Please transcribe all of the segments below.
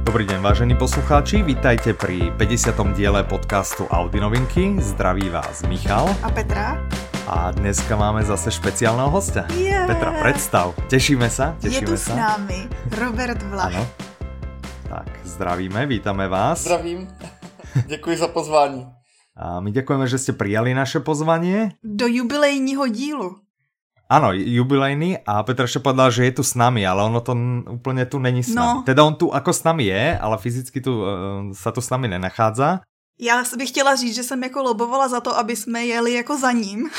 Dobrý deň, vážení poslucháči, vítajte pri 50. diele podcastu Audi novinky. Zdraví vás Michal a Petra. A dneska máme zase špeciálneho hostia. Petra, predstav. Tešíme sa. Je tu s námi Robert Vlach. Ano. Tak, zdravíme, vítame vás. Zdravím, děkuji za pozvání. A my ďakujeme, že ste prijali naše pozvanie. Do jubilejního dílu. Áno, jubilejný a Petr ešte povedal, že je tu s nami, ale ono to úplne tu není s nami. No. Teda on tu ako s nami je, ale fyzicky tu, sa tu s nami nenachádza. Já bych chtěla říct, že jsem jako lobovala za to, aby jsme jeli jako za ním.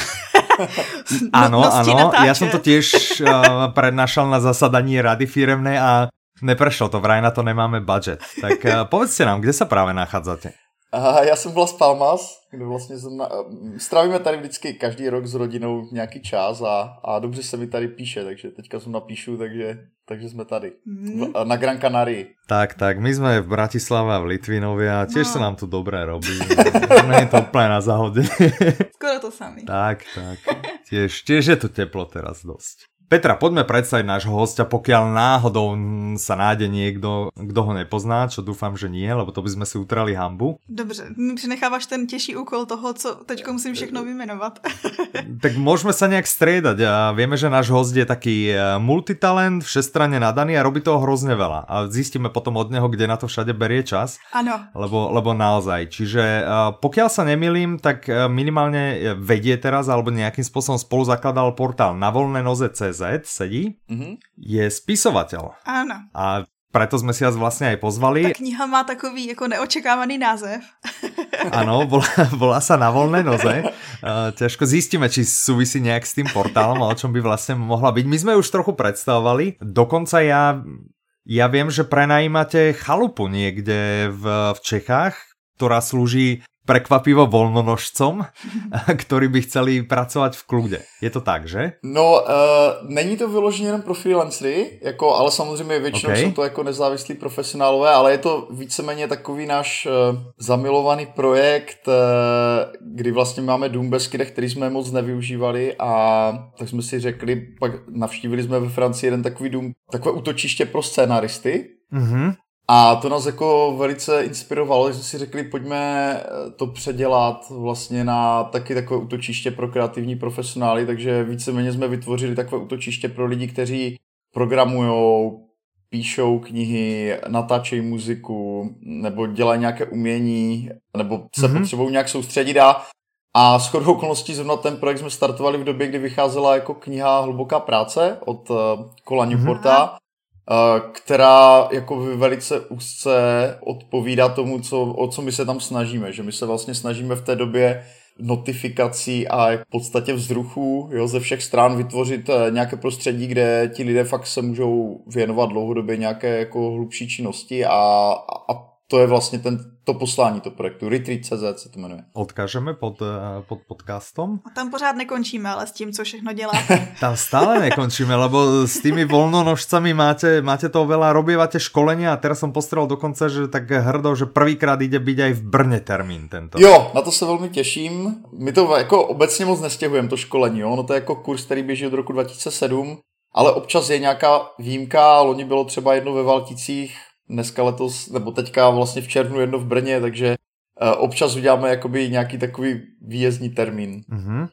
Áno, ja som to tiež prednášal na zasadaní rady firemnej a neprešlo to, vraj na to nemáme budget. Tak povedzte nám, kde sa práve nachádzate? Já jsem v Las Palmas, kde vlastně strávíme tady vždycky každý rok s rodinou nějaký čas a dobře se mi tady píše, takže teďka jsem napíšu, takže jsme tady na Gran Canarii. Tak, my jsme v Bratislave a v Litvinovi a tiež sa nám tu dobré robí. Nie je to úplne na zahodenie. Skoro to samý. Tak. Tiež je tu teplo teraz dosť. Petra, poďme predstaviť nášho hostia, pokiaľ náhodou sa nájde niekto, kto ho nepozná, čo dúfam, že nie, lebo to by sme si utrali hanbu. Dobře, mi přenechávaš ten těžší úkol toho, co teďko musím všechno vymenovat. Tak môžeme sa nejak striedať a vieme, že náš host je taký multitalent, všestranne nadaný a robí toho hrozne veľa. A zistíme potom od neho, kde na to všade berie čas. Áno. Lebo naozaj. Čiže pokiaľ sa nemýlim, tak minimálne vedie teraz, alebo nejakým spôsobom spolu zakladal portál Na voľné noze.cz, sedí, je spisovateľ. Áno. A preto sme si vás vlastne aj pozvali. Ta kniha má takový jako neočekávaný název. Áno, volá sa Na voľné noze. Ťažko zistíme, či súvisí nejak s tým portálom a o čom by vlastne mohla byť. My sme už trochu predstavovali. Dokonca ja viem, že prenajímate chalupu niekde v Čechách, ktorá slúži prekvapivo voľnonožcom, ktorí by chceli pracovat v klude. Je to tak, že? No, není to vyloženě jenom pro freelancery, jako, ale samozřejmě většinou jsou to jako nezávislí profesionálové, ale je to víceméně takový náš zamilovaný projekt, kdy vlastně máme dům bez Skydech, který jsme moc nevyužívali a tak jsme si řekli, pak navštívili jsme ve Francii jeden takový dům, takové útočiště pro scénaristy. A to nás jako velice inspirovalo, že jsme si řekli, pojďme to předělat vlastně na taky takové útočiště pro kreativní profesionály, takže víceméně jsme vytvořili takové útočiště pro lidi, kteří programujou, píšou knihy, natáčejí muziku, nebo dělají nějaké umění, nebo se potřebují nějak soustředit a shodou okolností zrovna ten projekt jsme startovali v době, kdy vycházela jako kniha Hluboká práce od Cola Newporta, která jako velice úzce odpovídá tomu, o co my se tam snažíme. Že my se vlastně snažíme v té době notifikací a v podstatě vzruchů, ze všech stran vytvořit nějaké prostředí, kde ti lidé fakt se můžou věnovat dlouhodobě nějaké jako hlubší činnosti a to je vlastně to poslání toho projektu. Retreat.cz se to jmenuje. Odkážeme pod podcastom. A tam pořád nekončíme, ale s tím, co všechno dělá. Tam stále nekončíme, lebo s tými voľnonožcami máte toho veľa, robievate školenia a teraz som postrel dokonca, že tak hrdo, že prvýkrát ide byť aj v Brně termín tento. Jo, na to se velmi těším. My to jako obecně moc nestěhujeme, to školení. Ono to je jako kurz, který běží od roku 2007, ale občas je nějaká výjimka. Loni bylo třeba jedno ve Valticích, dneska letos, nebo teďka vlastně v červnu jedno v Brně, takže občas uděláme jakoby nějaký takový výjezdní termín.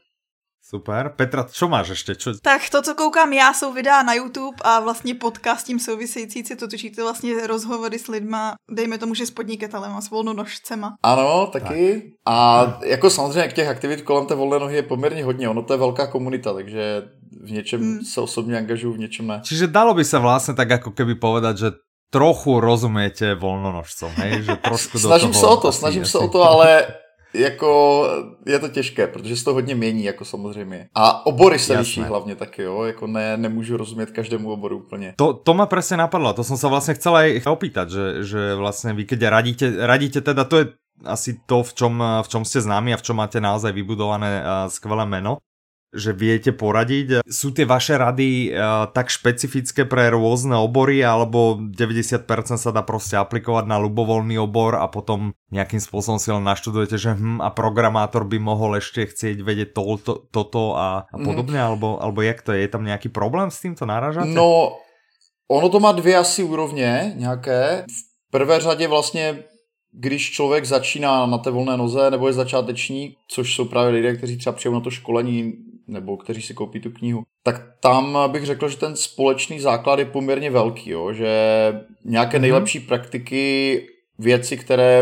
Super. Petra, čo máš ještě? Tak to, co koukám já, jsou videa na YouTube a vlastně podcast s tím související, si to točíte vlastně rozhovory s lidma, dejme tomu, že s podnikatelema, s volnonožcema. Ano, taky. Tak. A jako samozřejmě těch aktivit kolem té volné nohy je poměrně hodně, ono to je velká komunita, takže v něčem se osobně angažuju, v něčem ne. Čiže dalo by sa vlastne tak ako keby povedať, že trochu rozumiete voľnonožcom, hej? Že trošku snažím se o to, ale jako je to těžké, protože se to hodně mění, jako samozřejmě. A obory se liší hlavně taky, jako nemůžu rozumět každému oboru úplně. To ma presne napadlo, to som sa vlastne chcel aj opýtať, že vlastne vy keď radíte teda, to je asi to, v čom ste známi a v čom máte naozaj vybudované skvelé meno, že viete poradiť. Sú tie vaše rady tak špecifické pre rôzne obory, alebo 90% sa dá proste aplikovať na ľubovoľný obor a potom nejakým spôsobom si len naštudujete, že a programátor by mohol ešte chcieť vedieť toto a podobne, alebo jak to je? Je tam nejaký problém s týmto, narážate? No, ono to má dvě asi úrovně nějaké. prvé řadě vlastně, když člověk začíná na té volné noze nebo je začáteční, což jsou právě lidé, kteří třeba přijou na to školení nebo kteří si koupí tu knihu, tak tam bych řekl, že ten společný základ je poměrně velký, jo? Že nějaké nejlepší praktiky, věci,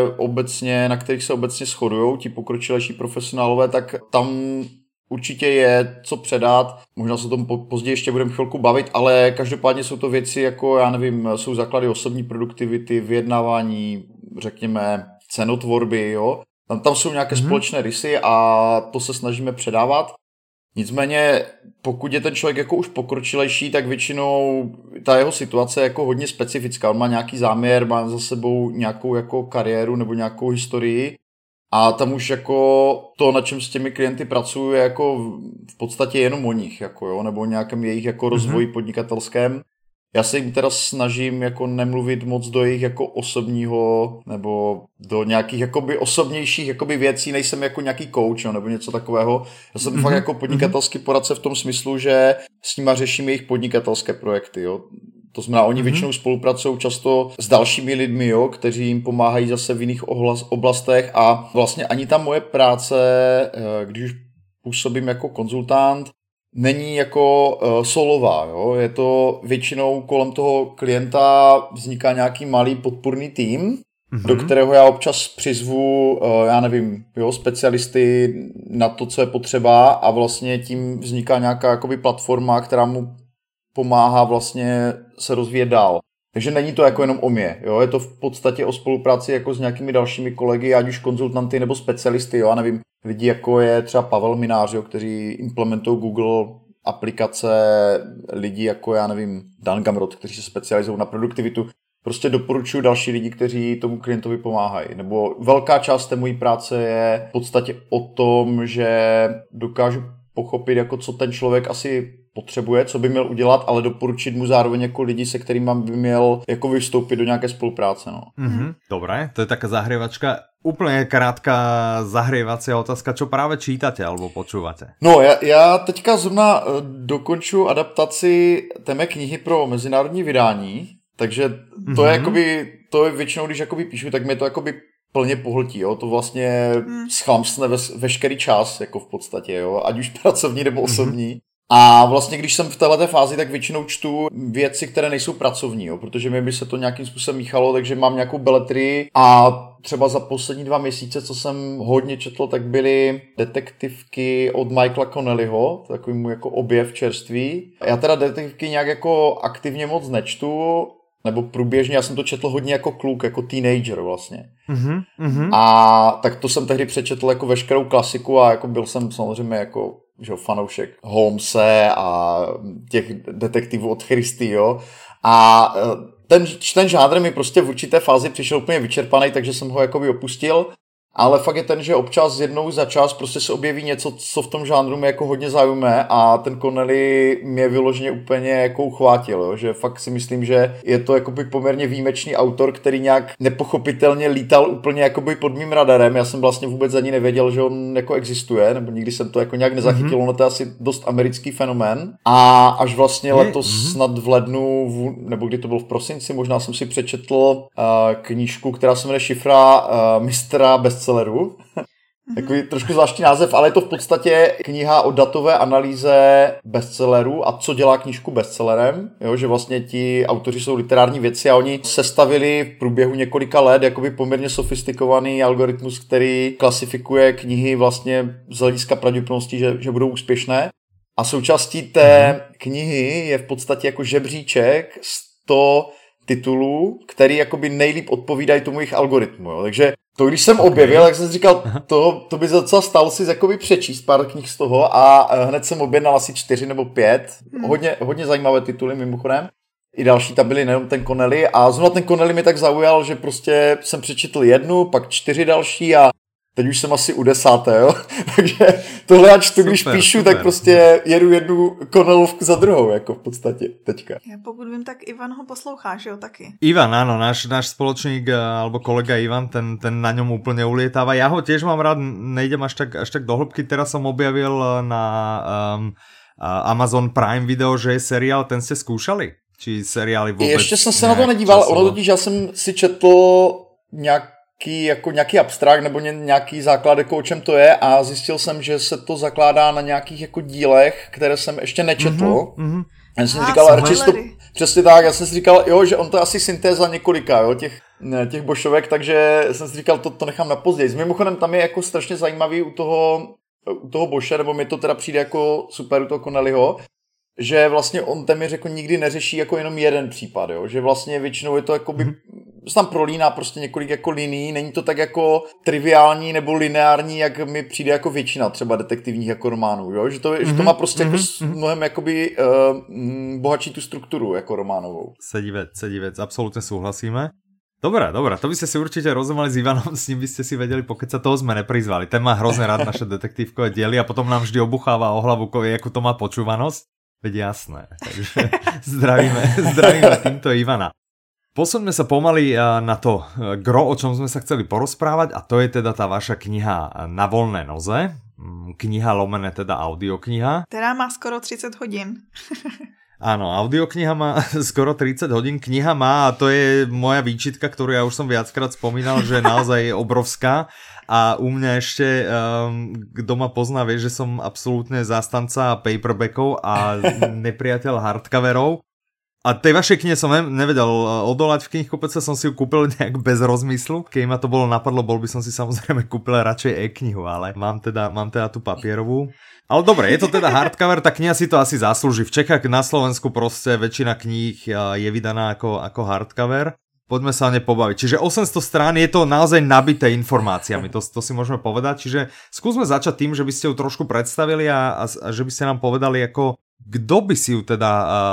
na kterých se obecně shodujou ti pokročilejší profesionálové, tak tam určitě je co předat, možná se o tom později ještě budeme chvilku bavit, ale každopádně jsou to věci jako, já nevím, jsou základy osobní produktivity, vyjednávání, řekněme, cenotvorby, jo. Tam jsou nějaké společné rysy a to se snažíme předávat. Nicméně, pokud je ten člověk jako už pokročilejší, tak většinou ta jeho situace je jako hodně specifická. On má nějaký záměr, má za sebou nějakou jako kariéru nebo nějakou historii a tam už jako to, na čem s těmi klienty pracuju, je jako v podstatě jenom o nich, jako jo, nebo o nějakém jejich jako rozvoji podnikatelském. Já se jim teda snažím jako nemluvit moc do jejich jako osobního nebo do nějakých jakoby osobnějších jakoby věcí, nejsem jako nějaký coach, jo, nebo něco takového. Já jsem fakt jako podnikatelský poradce v tom smyslu, že s nima řeším jejich podnikatelské projekty, jo. To znamená, oni většinou spolupracují často s dalšími lidmi, jo, kteří jim pomáhají zase v jiných oblastech a vlastně ani ta moje práce, když už působím jako konzultant, není jako solová, jo? Je to většinou kolem toho klienta vzniká nějaký malý podpůrný tým, do kterého já občas přizvu, já nevím, jo, specialisty na to, co je potřeba a vlastně tím vzniká nějaká jakoby platforma, která mu pomáhá vlastně se rozvíjet dál. Takže není to jako jenom o mě, jo? Je to v podstatě o spolupráci jako s nějakými dalšími kolegy, ať už konzultanty nebo specialisty, jo? Já nevím, lidi jako je třeba Pavel Minář, jo? Kteří implementují Google aplikace, lidi jako, já nevím, Dan Gamrot, kteří se specializují na produktivitu. Prostě doporučuji další lidi, kteří tomu klientovi pomáhají. Nebo velká část té mojí práce je v podstatě o tom, že dokážu pochopit, jako co ten člověk asi potřebuje, co by měl udělat, ale doporučit mu zároveň jako lidi, se kterými by měl jako vystoupit do nějaké spolupráce. No. Dobré, to je taká zahrievačka. Úplne krátká zahrievacia otázka, čo práve čítate alebo počúvate? No, já teďka zrovna dokonču adaptaci té mé knihy pro mezinárodní vydání, takže to je jakoby, to je většinou, když jakoby píšu, tak mě to jakoby plně pohltí, jo, to vlastně schlamsne veškerý čas, jako v podstatě, jo, ať už pracovní nebo osobní. A vlastně, když jsem v této fázi, tak většinou čtu věci, které nejsou pracovní, jo, protože mi by se to nějakým způsobem míchalo, takže mám nějakou beletrii a třeba za poslední 2 měsíce, co jsem hodně četl, tak byly detektivky od Michaela Connellyho, takový můj jako objev čerství. Já teda detektivky nějak jako aktivně moc nečtu, nebo průběžně, já jsem to četl hodně jako kluk, jako teenager vlastně. A tak to jsem tehdy přečetl jako veškerou klasiku a jako byl jsem samozřejmě jako že fanoušek Holmese a těch detektivů od Christie, jo. A ten žánr mi prostě v určité fázi přišel úplně vyčerpaný, takže jsem ho jakoby opustil. Ale fakt je ten, že občas jednou za čas prostě se objeví něco, co v tom žánru mě jako hodně zaujme a ten Connelly mě vyloženě úplně jako uchvátil, jo? Že fakt si myslím, že je to jakoby poměrně výjimečný autor, který nějak nepochopitelně lítal úplně jakoby pod mým radarem. Já jsem vlastně vůbec ani nevěděl, že on jako existuje, nebo nikdy jsem to jako nějak nezachytil, ono to je asi dost americký fenomén. A až vlastně letos snad v lednu, nebo kdy to bylo v prosinci, možná jsem si přečetl knížku, která se jmenuje Šifra mistra bestselleru. Takový trošku zvláštní název, ale je to v podstatě kniha o datové analýze bestsellerů a co dělá knížku bestsellerem. Jo, že vlastně ti autoři jsou literární vědci a oni sestavili v průběhu několika let jakoby poměrně sofistikovaný algoritmus, který klasifikuje knihy vlastně z hlediska pravděpodobnosti, že budou úspěšné. A součástí té knihy je v podstatě jako žebříček 100 titulů, který jakoby nejlíp odpovídají tomu jejich algoritmu. Jo. Takže to, když jsem objevil, tak jsem říkal, to by docela stalo si jakoby přečíst pár knih z toho a hned jsem objednal asi 4 nebo 5. Hodně zajímavé tituly mimochodem. I další tam byly, nejenom ten Connelly. A zrovna ten Connelly mi tak zaujal, že prostě jsem přečetl 1, pak 4 další a teď už jsem asi u 10. Jo? Takže tohle já čtu, když píšu, tak prostě jedu jednu Connellovku za druhou, jako v podstatě teďka. Já pokud vím, tak Ivan ho posloucháš, jo, taky. Ivan, áno, náš spoločník alebo kolega Ivan, ten na ňom úplne ulietáva. Ja ho tiež mám rád, nejdem až tak do hĺbky. Teraz som objavil na Amazon Prime Video, že je seriál, ten ste skúšali? Či seriály vůbec? Ještě jsem se na to nedíval, ono totiž, já jsem si četl nějaký abstrakt nebo nějaký základ, jako o čem to je, a zjistil jsem, že se to zakládá na nějakých jako dílech, které jsem ještě nečetl. Já jsem si říkal, přesně tak, já jsem si říkal, jo, že on to je asi syntéza několika, jo, těch bošovek, takže jsem si říkal, to nechám na později. Mimochodem tam je jako strašně zajímavý u toho Bosche, nebo mi to teda přijde jako super u toho Connellyho, že vlastně on téměř jako nikdy neřeší jako jenom jeden případ, jo? Že vlastně většinou je to jakoby, se tam prolíná prostě několik jako linií, není to tak jako triviální nebo lineární, jak mi přijde jako většina třeba detektivních jako románů, jo? Že to má prostě jako mnohem jakoby bohatší tu strukturu jako románovou. Sedivec, absolutně souhlasíme. Dobre, to by ste si určite rozumeli s Ivanom, s ním by ste si vedeli, pokiaľ sa toho sme neprizvali. Ten má hrozne rád naše detektívkové diely a potom nám vždy obucháva o hlavu, ako to má počúvanosť. Veď jasné, takže zdravíme týmto Ivana. Posuňme sa pomaly na to gro, o čom sme sa chceli porozprávať, a to je teda tá vaša kniha Na voľné noze, kniha lomené teda audiokniha. Která má skoro 30 hodin. Áno, audiokniha má skoro 30 hodín, kniha má, a to je moja výčitka, ktorú ja už som viackrát spomínal, že je naozaj obrovská, a u mňa ešte, kto ma pozná, vie, že som absolútne zástanca paperbackov a nepriateľ hardcoverov. A tej vašej knihe som nevedel odolať, v knihkupectve som si ju kúpil nejak bez rozmyslu. Keď ma to bolo napadlo, bol by som si samozrejme kúpil radšej e-knihu, ale mám teda tú papierovú. Ale dobre, je to teda hardcover, tá kniha si to asi zaslúži. V Čechách, na Slovensku proste väčšina kníh je vydaná ako hardcover. Poďme sa o ne pobaviť. Čiže 800 strán, je to naozaj nabité informáciami, to si môžeme povedať. Čiže skúsme začať tým, že by ste ju trošku predstavili a že by ste nám povedali, ako kdo by si ju teda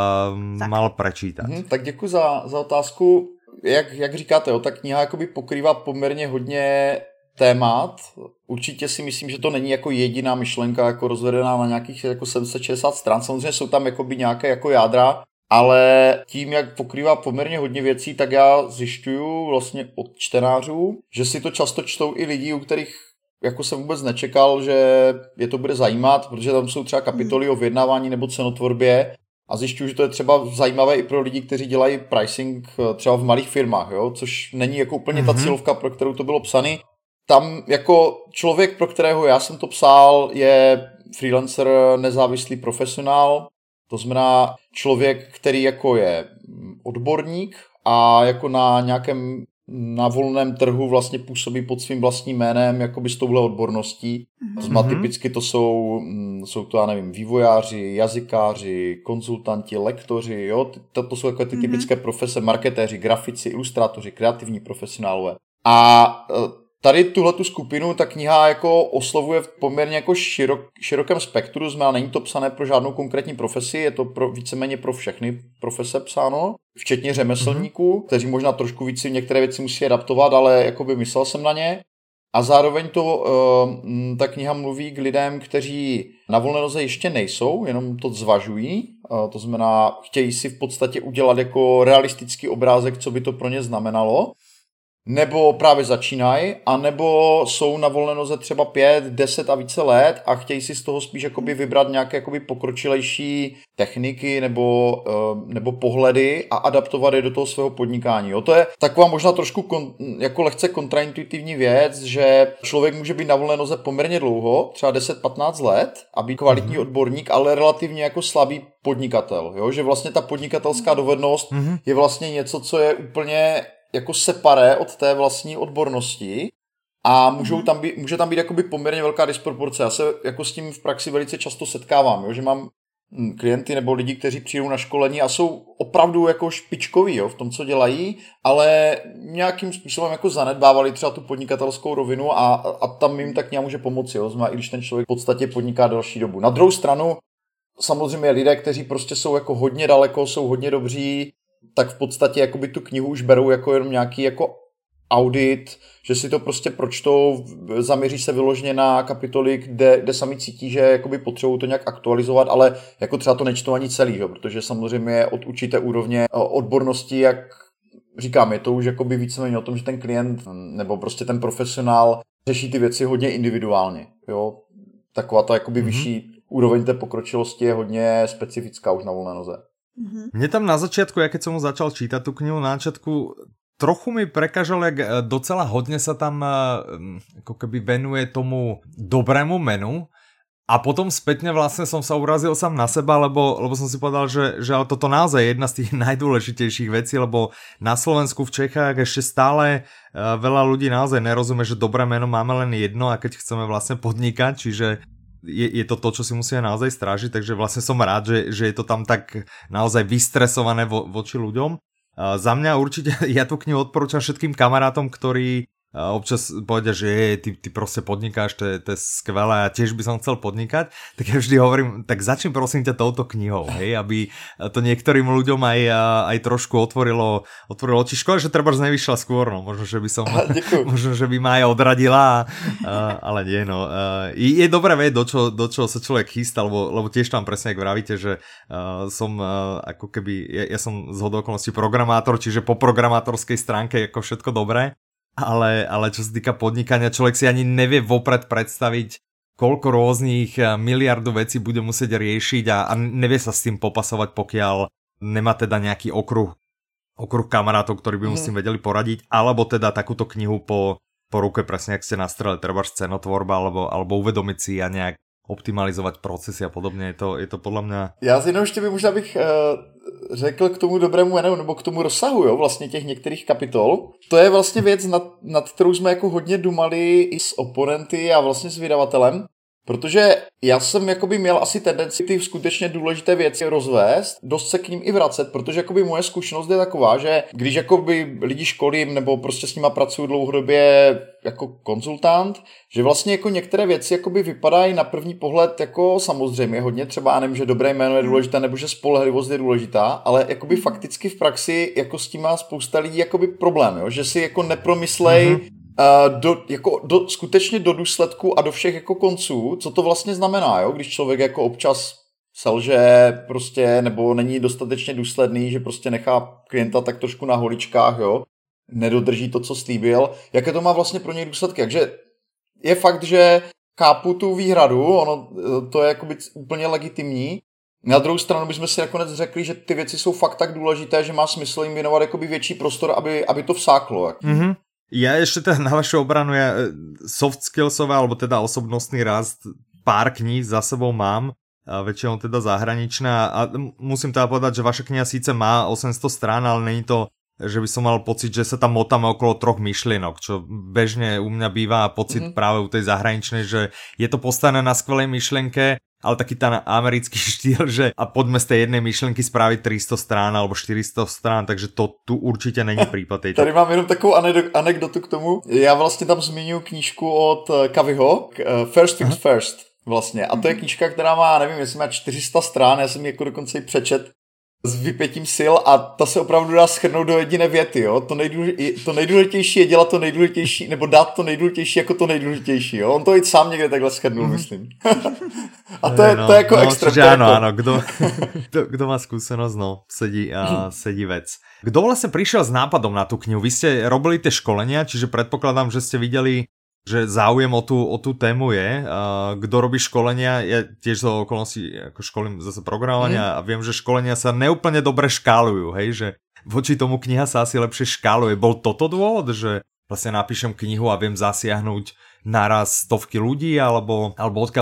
mal prečítať. Tak děkuji za otázku. Jak říkáte, ta kniha jakoby pokrývá poměrně hodně témat. Určitě si myslím, že to není jako jediná myšlenka jako rozvedená na nějakých jako 760 stran. Samozřejmě jsou tam jakoby nějaké jako jádra, ale tím, jak pokrývá poměrně hodně věcí, tak já zjišťuju vlastně od čtenářů, že si to často čtou i lidi, u kterých jako jsem vůbec nečekal, že je to bude zajímat, protože tam jsou třeba kapitoly o vyjednávání nebo cenotvorbě, a zjišťuju, že to je třeba zajímavé i pro lidi, kteří dělají pricing třeba v malých firmách, jo? Což není jako úplně ta cílovka, pro kterou to bylo psané. Tam jako člověk, pro kterého já jsem to psal, je freelancer, nezávislý profesionál, to znamená člověk, který jako je odborník a jako na volném trhu vlastně působí pod svým vlastním jménem jakoby s touhle odborností. Typicky to jsou to, já nevím, vývojáři, jazykáři, konzultanti, lektoři, jo? To jsou jako ty typické profese, marketéři, grafici, ilustrátoři, kreativní profesionálové. A tady tuhletu skupinu ta kniha jako oslovuje v poměrně jako širokém spektru, znamená, není to psané pro žádnou konkrétní profesi, je to víceméně pro všechny profese psáno, včetně řemeslníků, kteří možná trošku víc některé věci musí adaptovat, ale jakoby myslel jsem na ně. A zároveň ta kniha mluví k lidem, kteří na volné noze ještě nejsou, jenom to zvažují, to znamená, chtějí si v podstatě udělat jako realistický obrázek, co by to pro ně znamenalo. Nebo právě začínají, anebo jsou na volné noze třeba 5, 10 a více let a chtějí si z toho spíš jakoby vybrat nějaké jakoby pokročilejší techniky nebo pohledy a adaptovat je do toho svého podnikání. Jo? To je taková možná trošku jako lehce kontraintuitivní věc, že člověk může být na volné noze poměrně dlouho, třeba 10-15 let a být kvalitní odborník, ale relativně jako slabý podnikatel. Jo? Že vlastně ta podnikatelská dovednost je vlastně něco, co je úplně jako separé od té vlastní odbornosti a může tam být jakoby poměrně velká disproporce. Já se jako s tím v praxi velice často setkávám, jo, že mám klienty nebo lidi, kteří přijdou na školení a jsou opravdu jako špičkoví, jo, v tom, co dělají, ale nějakým způsobem jako zanedbávali třeba tu podnikatelskou rovinu a tam jim ta kniha může pomoci, jo, znamená, i když ten člověk v podstatě podniká další dobu. Na druhou stranu samozřejmě lidé, kteří prostě jsou jako hodně daleko, jsou hodně dobří, tak v podstatě jakoby tu knihu už berou jako jenom nějaký jako audit, že si to prostě pročtou, zaměří se vyloženě na kapitoly, kde sami cítí, že jakoby potřebují to nějak aktualizovat, ale jako třeba to nečtou ani celý, jo, protože samozřejmě od určité úrovně odbornosti, jak říkám, je to už jakoby víceméně o tom, že ten klient nebo prostě ten profesionál řeší ty věci hodně individuálně, jo. Taková ta jakoby vyšší úroveň té pokročilosti je hodně specifická už na volné noze. Mne tam na začiatku, ja keď som mu začal čítať tú knihu, na začiatku trochu mi prekážalo, jak docela hodne sa tam ako keby venuje tomu dobrému menu. A potom spätne vlastne som sa urazil sám na seba, lebo som si povedal, že ale toto naozaj je jedna z tých najdôležitejších vecí, lebo na Slovensku, v Čechách ešte stále veľa ľudí naozaj nerozumie, že dobré meno máme len jedno a keď chceme vlastne podnikať, čiže je to to, čo si musíme naozaj strážiť, takže vlastne som rád, že je to tam tak naozaj vystresované voči ľuďom. Za mňa určite, ja tú knihu odporúčam všetkým kamarátom, ktorí občas povedia, že ty proste podnikáš, to je skvelé a tiež by som chcel podnikať, tak ja vždy hovorím, tak začni prosím ťa touto knihou, hej, aby to niektorým ľuďom aj trošku otvorilo oči. Škoda, že treba nevyšla skôr, no, možno, že by som, možno, že by ma aj odradila, ale nie, no. Je dobré vedieť, do čoho sa človek chystá, lebo tiež tam presne, jak vravíte, že som ako keby, ja som z hodokonosti programátor, čiže po programátorskej stránke je ako všetko dobré. Ale čo sa týka podnikania, človek si ani nevie vopred predstaviť, koľko rôznych miliardu vecí bude musieť riešiť a nevie sa s tým popasovať, pokiaľ nemá teda nejaký okruh kamarátov, ktorí by mu s tým vedeli poradiť, alebo teda takúto knihu po ruke, presne jak ste nastrelili, treba scenotvorba, alebo uvedomiť si a nejak optimalizovat procesy a podobně, je to podle mě... Já si jenom ještě možná bych řekl k tomu dobrému menu, nebo k tomu rozsahu, jo, vlastně těch některých kapitol. To je vlastně věc, nad kterou jsme jako hodně dumali i s oponenty a vlastně s vydavatelem, protože já jsem jakoby měl asi tendenci ty skutečně důležité věci rozvést, dost se k ním i vracet, protože jakoby moje zkušenost je taková, že když jakoby lidi školím nebo prostě s nima pracuju dlouhodobě jako konzultant, že vlastně jako některé věci jakoby vypadají na první pohled jako samozřejmě hodně, třeba já nevím, že dobré jméno je důležité nebo že spolehlivost je důležitá, ale jakoby fakticky v praxi jako s tím má spousta lidí jakoby problém, jo? Že si jako nepromyslej skutečně do důsledku a do všech jako konců, co to vlastně znamená, jo? Když člověk jako občas selže prostě, nebo není dostatečně důsledný, že prostě nechá klienta tak trošku na holičkách, jo? Nedodrží to, co slíbil, jaké to má vlastně pro něj důsledky. Takže je fakt, že chápu tu výhradu, ono to je jakoby úplně legitimní. Na druhou stranu bychom si nakonec řekli, že ty věci jsou fakt tak důležité, že má smysl jim věnovat jakoby větší prostor, aby to vsáklo. Mm-hmm. Ja ešte teda na vašu obranu, ja soft skillsové, alebo teda osobnostný rast, pár kníh za sebou mám, väčšinou teda zahraničné a musím teda povedať, že vaša kniha síce má 800 strán, ale není to, že by som mal pocit, že sa tam motáme okolo 3 myšlienok, čo bežne u mňa býva pocit práve u tej zahraničnej, že je to postavené na skvelej myšlienke, ale taký ten americký štýl, že a poďme z tej jednej myšlenky spraviť 300 strán alebo 400 strán, takže to tu určitě není případ. Tady mám jenom takovou anekdotu k tomu. Já vlastně tam zmiňuji knížku od Coveyho, First Things First vlastně. A to je knížka, která má, nevím, jestli má 400 strán, já jsem ji jako dokonce i přečet s vypětím sil a ta se opravdu dá shrnout do jediné věty, jo. To nejdůležitější je dělat to nejdůležitější, nebo dát to nejdůležitější jako to nejdůležitější, jo. On to i sám někde takhle shrnul, myslím. A to je jako extrém. Áno, kdo má skúsenosť, no, sedí vec. Kdo vlastne prišiel s nápadom na tú knihu? Vy ste robili tie školenia, čiže predpokladám, že ste videli, že záujem o tú tému je. Kto robí školenia, ja tiež zo okolností ako školím zase programovania a viem, že školenia sa neúplne dobre škálujú, hej, že voči tomu kniha sa asi lepšie škáluje. Bol toto dôvod, že vlastne napíšem knihu a viem zasiahnuť naraz stovky ľudí, alebo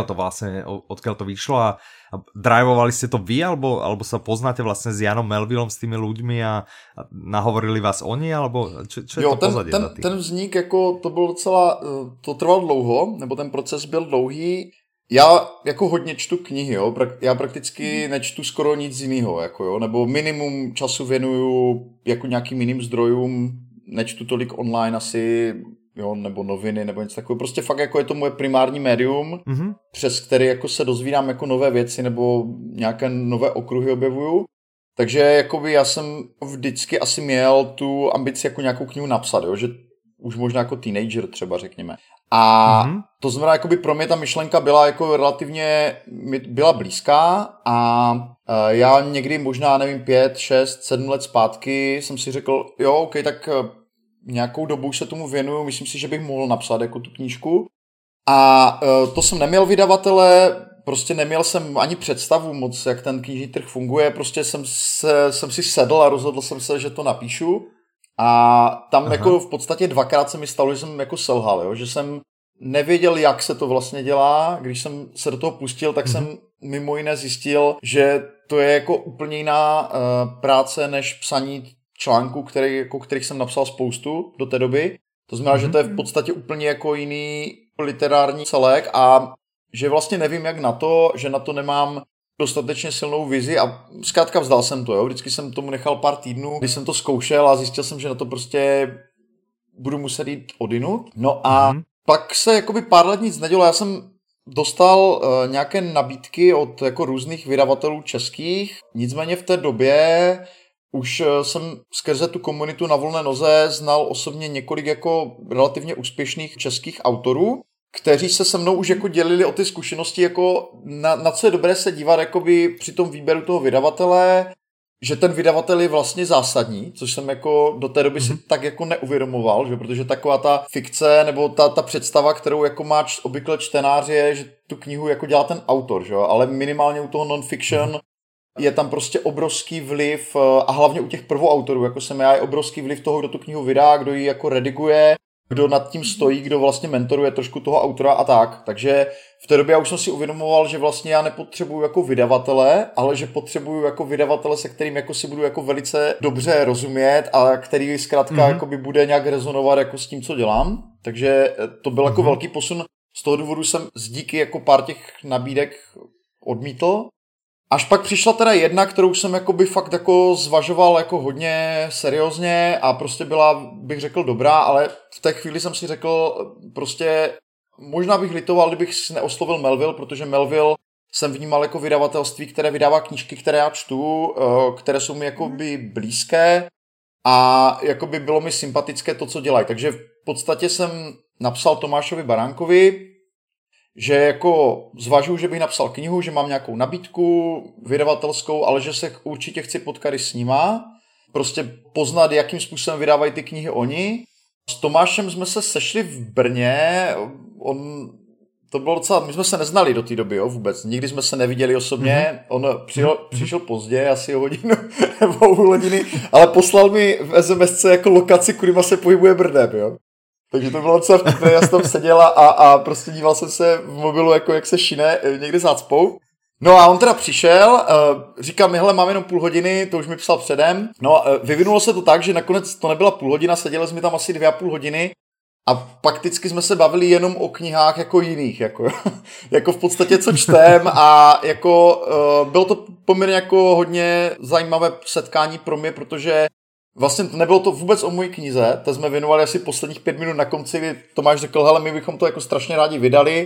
odkiaľ to vyšlo a drivovali ste to vy, alebo sa poznáte vlastne s Janom Melvillom, s tými ľuďmi a nahovorili vás oni, alebo čo je to pozadie? Ten vznik, jako to bylo docela, to trvalo dlouho, nebo ten proces byl dlouhý. Já jako hodně čtu knihy, jo, já prakticky nečtu skoro nic jiného, jako jo, nebo minimum času věnuju jako nějakým jiným zdrojům, nečtu tolik online asi, jo, nebo noviny, nebo něco takového. Prostě fakt jako je to moje primární médium, přes který jako se dozvídám jako nové věci nebo nějaké nové okruhy objevuju. Takže jakoby já jsem vždycky asi měl tu ambici jako nějakou knihu napsat, jo, že už možná jako teenager třeba řekněme. A to znamená, jakoby pro mě ta myšlenka byla jako relativně, byla blízká a já někdy možná, nevím, 5, 6, 7 let zpátky jsem si řekl, jo, ok, tak nějakou dobu se tomu věnuju, myslím si, že bych mohl napsat jako tu knížku. A to jsem neměl vydavatele, prostě neměl jsem ani představu moc, jak ten knižní trh funguje, prostě jsem si sedl a rozhodl jsem se, že to napíšu a tam jako v podstatě dvakrát se mi stalo, že jsem jako selhal, jo? Že jsem nevěděl, jak se to vlastně dělá, když jsem se do toho pustil, tak jsem mimo jiné zjistil, že to je jako úplně jiná práce než psaní článků, kterých jsem napsal spoustu do té doby. To znamená, že to je v podstatě úplně jako jiný literární celek a že vlastně nevím, jak na to, že na to nemám dostatečně silnou vizi a zkrátka vzdal jsem to, jo. Vždycky jsem tomu nechal pár týdnů, když jsem to zkoušel a zjistil jsem, že na to prostě budu muset jít odinut. No a pak se jakoby pár let nic nedělo, já jsem dostal nějaké nabídky od jako různých vydavatelů českých, nicméně v té době už jsem skrze tu komunitu na volné noze znal osobně několik jako relativně úspěšných českých autorů, kteří se se mnou už jako dělili o ty zkušenosti, jako na co je dobré se dívat jakoby při tom výběru toho vydavatele, že ten vydavatel je vlastně zásadní, což jsem jako do té doby si tak jako neuvědomoval, že? Protože taková ta fikce nebo ta představa, kterou jako má obvykle čtenář je, že tu knihu jako dělá ten autor, že? Ale minimálně u toho non-fiction je tam prostě obrovský vliv a hlavně u těch prvoautorů, jako jsem já, je obrovský vliv toho, kdo tu knihu vydá, kdo ji jako rediguje, kdo nad tím stojí, kdo vlastně mentoruje trošku toho autora a tak. Takže v té době já už jsem si uvědomoval, že vlastně já nepotřebuju jako vydavatele, ale že potřebuju jako vydavatele, se kterým jako si budu jako velice dobře rozumět a který zkrátka jakoby bude nějak rezonovat jako s tím, co dělám. Takže to byl jako velký posun. Z toho důvodu jsem z díky jako pár těch nabídek odmítl. Až pak přišla teda jedna, kterou jsem jakoby fakt jako zvažoval jako hodně seriózně a prostě byla, bych řekl, dobrá, ale v té chvíli jsem si řekl prostě, možná bych litoval, kdybych si neoslovil Melville, protože Melville jsem vnímal jako vydavatelství, které vydává knížky, které já čtu, které jsou mi jakoby blízké a jakoby bylo mi sympatické to, co dělají. Takže v podstatě jsem napsal Tomášovi Baránkovi, že jako zvažuji, že bych napsal knihu, že mám nějakou nabídku vydavatelskou, ale že se určitě chci potkat i s nima, prostě poznat, jakým způsobem vydávají ty knihy oni. S Tomášem jsme se sešli v Brně, to bylo docela, my jsme se neznali do té doby, jo, vůbec, nikdy jsme se neviděli osobně, on přišel pozdě, asi o hodinu nebo o půl hodiny, ale poslal mi v SMSce jako lokaci, kudyma se pohybuje Brnem, jo. Takže to bylo docela vtipné, já jsem tam seděl a prostě díval jsem se v mobilu, jako jak se šine někde s zácpou. No a on teda přišel, říkal mi, hele, mám jenom půl hodiny, to už mi psal předem. No vyvinulo se to tak, že nakonec to nebyla půl hodina, seděli jsme tam asi 2,5 hodiny a fakticky jsme se bavili jenom o knihách jako jiných, jako v podstatě co čtem a jako bylo to poměrně jako hodně zajímavé setkání pro mě, protože vlastně nebylo to vůbec o mojí knize, to jsme věnovali asi posledních 5 minut na konci, kdy Tomáš řekl, hele, my bychom to jako strašně rádi vydali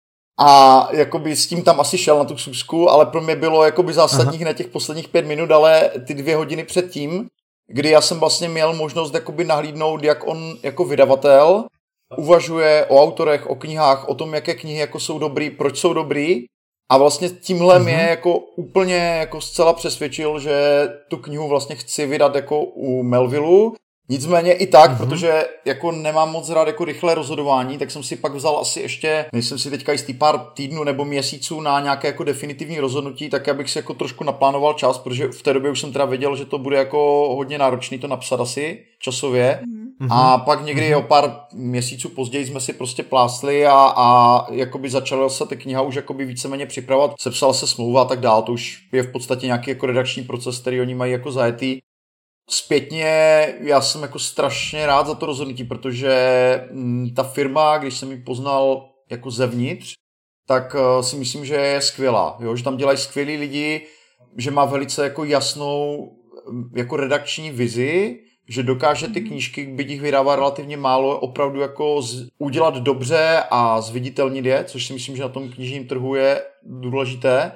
a jakoby s tím tam asi šel na tu schůzku, ale pro mě bylo jakoby zásadních na těch posledních 5 minut, ale ty 2 hodiny předtím, kdy já jsem vlastně měl možnost jakoby nahlídnout, jak on jako vydavatel uvažuje o autorech, o knihách, o tom, jaké knihy jako jsou dobrý, proč jsou dobrý. A vlastně tímhle mě jako úplně jako zcela přesvědčil, že tu knihu vlastně chci vydat jako u Melvillu. Nicméně i tak, protože jako nemám moc rád jako rychlé rozhodování, tak jsem si pak vzal asi ještě, nejsem si teďka jistý, pár týdnů nebo měsíců na nějaké jako definitivní rozhodnutí, tak abych si jako trošku naplánoval čas, protože v té době už jsem teda věděl, že to bude jako hodně náročný to napsat asi časově. A pak někdy o pár měsíců později jsme si prostě plásli a jakoby začala se ta kniha už jakoby víceméně připravovat, sepsala se smlouva a tak dál, to už je v podstatě nějaký jako redakční proces, který oni mají jako zajetý. Zpětně já jsem jako strašně rád za to rozhodnutí, protože ta firma, když jsem ji poznal jako zevnitř, tak si myslím, že je skvělá, jo? Že tam dělají skvělí lidi, že má velice jako jasnou jako redakční vizi, že dokáže ty knížky, byť jich vydává relativně málo, opravdu jako udělat dobře a zviditelnit je, což si myslím, že na tom knižním trhu je důležité.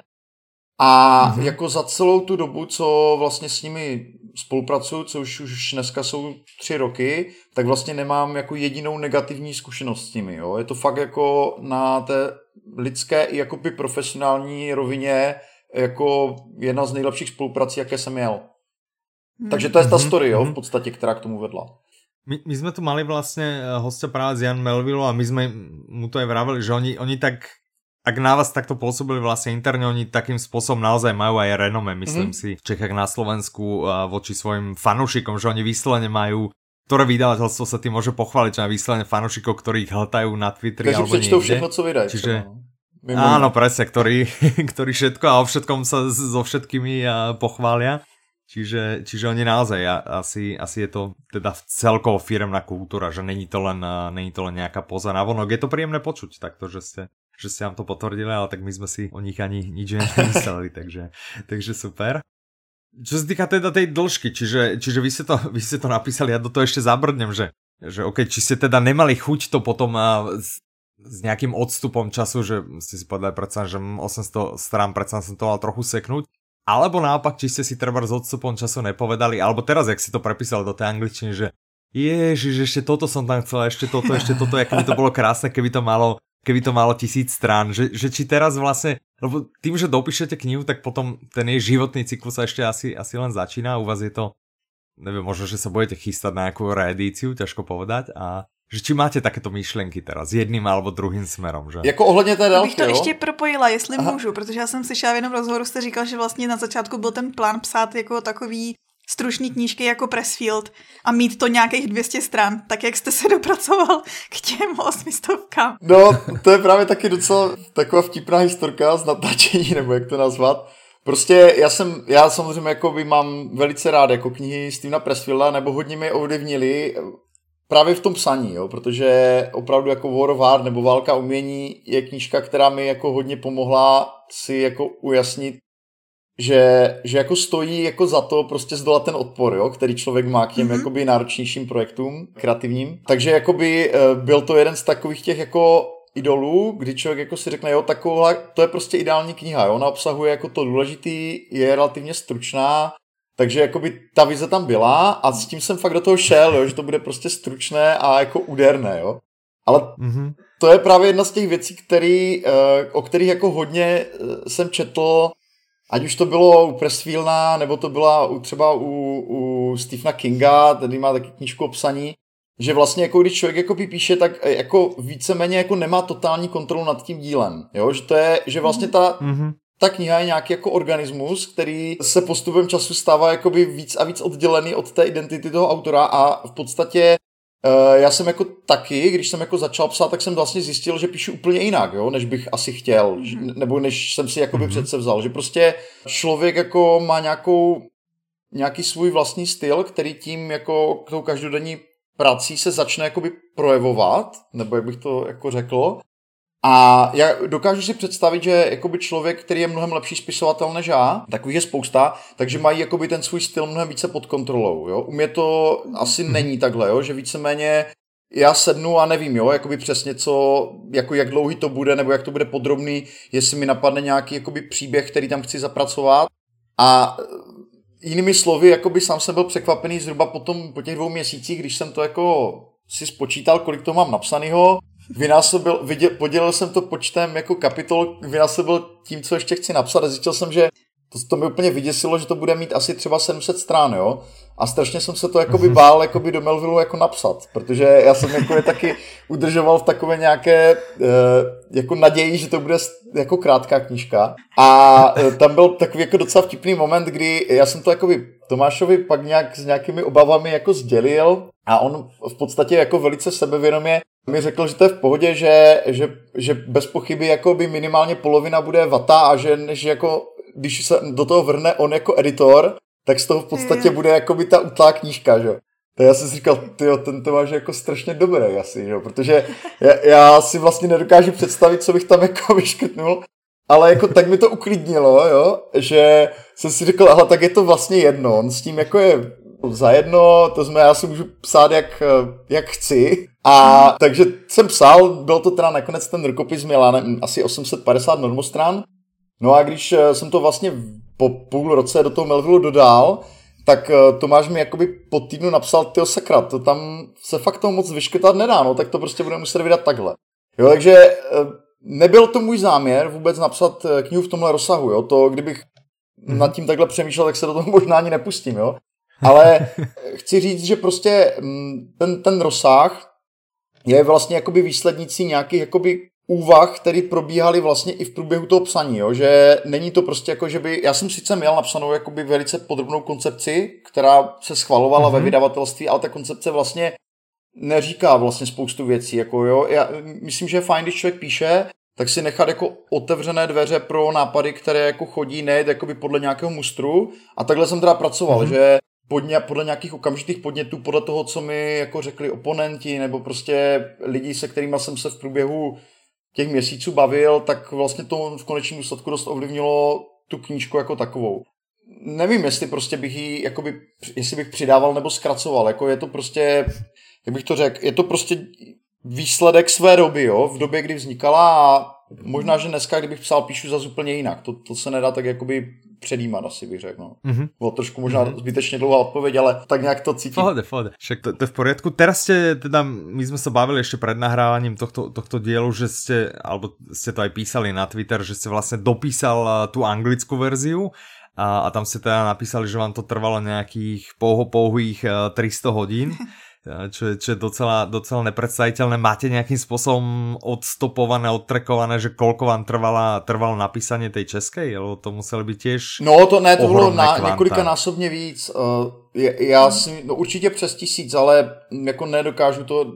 A jako za celou tu dobu, co vlastně s nimi spolupracuju, co už dneska jsou 3 roky, tak vlastně nemám jako jedinou negativní zkušenost s nimi. Jo? Je to fakt jako na té lidské i jakoby profesionální rovině jako jedna z nejlepších spoluprací, jaké jsem měl. Takže to je ta story, jo, v podstatě, která k tomu vedla. My sme tu mali vlastne hostia práve z Jan Melville a my sme mu to aj vraveli, že oni tak ak na vás takto pôsobili vlastne interne, oni takým spôsobom naozaj majú aj renome, myslím si, v Čechách, na Slovensku voči svojim fanúšikom, že oni vyslovene majú, ktoré vydavateľstvo sa tým môže pochváliť, že má vyslovene fanúšikov, ktorí ich hltajú na Twitteri alebo niekde. Takže všetko, co vydajú. Čiže áno, presne, ktorí všetko a o všetkom sa so všetkými pochvália. Čiže oni naozaj, asi je to teda celkovo firemná kultúra, že není to len nejaká poza navonok. Je to príjemné počuť takto, že ste nám to potvrdili, ale tak my sme si o nich ani nič nemysleli, takže super. Čo sa týka teda tej dĺžky, čiže vy ste to napísali, ja do toho ešte zabrdnem, že OK, či ste teda nemali chuť to potom s nejakým odstupom času, že ste si povedali predsa, že 800 strán predsa som to mal trochu seknúť, alebo naopak, či ste si treba s odstupom času nepovedali, alebo teraz, jak si to prepísal do tej angličtiny, že ježiš, ešte toto som tam chcel, ešte toto, aké by to bolo krásne, keby to malo 1000 strán, že či teraz vlastne, lebo tým, že dopíšete knihu, tak potom ten jej životný cyklus sa ešte asi len začína, u vás je to, neviem, možno, že sa budete chystať na nejakú reedíciu, ťažko povedať, a že či máte takéto myšlenky teraz, jedným alebo druhým smerom, že? Jako ohledně té délky, bych to ještě propojila, jestli můžu, protože já jsem slyšela v jednom rozhovoru, jste říkal, že vlastně na začátku byl ten plán psát jako takový stručný knížky jako Pressfield a mít to nějakých 200 stran, tak jak jste se dopracoval k těm 800? No, to je právě taky docela taková vtipná historka z natáčení, nebo jak to nazvat. Prostě já samozřejmě jako mám velice rád jako knihy Stevena Pressfielda, nebo hodně mi ovlivnili právě v tom psaní, jo, protože opravdu jako War of Art nebo Válka umění je knížka, která mi jako hodně pomohla si jako ujasnit, že jako stojí jako za to prostě zdolat ten odpor, jo, který člověk má k těm jakoby náročnějším projektům kreativním. Takže jakoby byl to jeden z takových těch jako idolů, kdy člověk jako si řekne, jo, taková, to je prostě ideální kniha, jo, ona obsahuje jako to důležitý, je relativně stručná, takže jakoby ta vize tam byla a s tím jsem fakt do toho šel, jo, že to bude prostě stručné a jako úderné, jo. Ale to je právě jedna z těch věcí, o kterých jako hodně jsem četl, ať už to bylo u Pressfielda, nebo to byla třeba u Stephena Kinga, který má taky knížku o psaní, že vlastně jako když člověk jako píše, tak jako víceméně jako nemá totální kontrolu nad tím dílem, jo, že to je, že vlastně ta kniha je nějaký jako organismus, který se postupem času stává jakoby víc a víc oddělený od té identity toho autora a v podstatě já jsem jako taky, když jsem jako začal psát, tak jsem vlastně zjistil, že píšu úplně jinak, jo, než bych asi chtěl, nebo než jsem si jakoby předsevzal, že prostě člověk jako má nějaký svůj vlastní styl, který tím jako tou každodenní prací se začne jakoby projevovat, nebo jak bych to jako řekl. A já dokážu si představit, že jakoby člověk, který je mnohem lepší spisovatel než já, takových je spousta, takže mají jakoby ten svůj styl mnohem více pod kontrolou. Jo? U mě to asi není takhle, jo? Že víceméně já sednu a nevím, jo, jakoby přesně co, jako jak dlouhý to bude, nebo jak to bude podrobný, jestli mi napadne nějaký jakoby příběh, který tam chci zapracovat. A jinými slovy, jakoby sám jsem byl překvapený zhruba po těch 2 měsících, když jsem to jako si spočítal, kolik to mám napsanýho, podělil jsem to počtem jako kapitol, vynásobil tím, co ještě chci napsat a zjistil jsem, že to mi úplně vyděsilo, že to bude mít asi třeba 700 strán, jo. A strašně jsem se to jakoby bál jakoby do Melvillu jako napsat, protože já jsem jako je taky udržoval v takové nějaké jako naději, že to bude jako krátká knížka. A tam byl takový jako docela vtipný moment, kdy já jsem to jakoby Tomášovi pak nějak s nějakými obavami jako sdělil a on v podstatě jako velice sebevědomě mi řekl, že to je v pohodě, že bez pochyby jakoby minimálně polovina bude vata a že jako když se do toho vrhne on jako editor, tak z toho v podstatě bude jakoby ta utlá knížka, že jo. Tak já jsem si říkal, tyjo, ten to máš jako strašně dobrý asi, jo, protože já si vlastně nedokážu představit, co bych tam jako vyškrtnul, ale jako tak mi to uklidnilo, jo, že jsem si řekl, aha, tak je to vlastně jedno, on s tím jako je zajedno, to znamená, já si můžu psát jak chci a takže jsem psal, byl to teda nakonec ten rukopis měl asi 850 normostran. No a když jsem to vlastně po půl roce do toho Melvillu dodal, tak Tomáš mi jakoby po týdnu napsal, tyjo sakra, to tam se fakt toho moc vyškrtat nedá, no, tak to prostě budeme muset vydat takhle. Jo, takže nebyl to můj záměr vůbec napsat knihu v tomhle rozsahu, jo, to kdybych nad tím takhle přemýšlel, tak se do toho možná ani nepustím, jo. Ale chci říct, že prostě ten rozsah je vlastně jakoby výslednicí nějakých jakoby úvah, které probíhaly vlastně i v průběhu toho psaní, jo? Že není to prostě jako, že by, já jsem sice měl napsanou jakoby velice podrobnou koncepci, která se schvalovala ve vydavatelství, ale ta koncepce vlastně neříká vlastně spoustu věcí, jako jo. Já myslím, že je fajn, když člověk píše, tak si nechat jako otevřené dveře pro nápady, které jako chodí, nejet jakoby podle nějakého mustru. A takhle jsem teda pracoval, že podle nějakých okamžitých podnětů, podle toho, co mi jako řekli oponenti, nebo prostě lidi, se kterými jsem se v průběhu těch měsíců bavil, tak vlastně to v konečném důsledku dost ovlivnilo tu knížku jako takovou. Nevím, jestli prostě bych ji, jakoby, jestli bych přidával nebo zkracoval, jako je to prostě, jak bych to řekl, je to prostě výsledek své doby, jo, v době, kdy vznikala a možná, že dneska, kdybych psal, píšu zase úplně jinak. To se nedá tak jakoby předjímat, asi bych řekl, no. Bylo trošku možná zbytečně dlouhá odpověď, ale tak nějak to cítím. Pohode. Však to je v poriadku. Teraz my sme sa bavili ešte pred nahrávaním tohto dielu, že ste to aj písali na Twitter, že ste vlastne dopísal tú anglickú verziu a tam ste teda napísali, že vám to trvalo nejakých pouhých 300 hodín. Čo je docela nepredstaviteľné. Máte nejakým spôsobom odstopované, odtrekované, že koľko vám trvalo napísanie tej českej? Lebo to museli byť tiež no to ne, to bylo několikanásobně víc. Já si, určitě přes 1000, ale jako nedokážu to,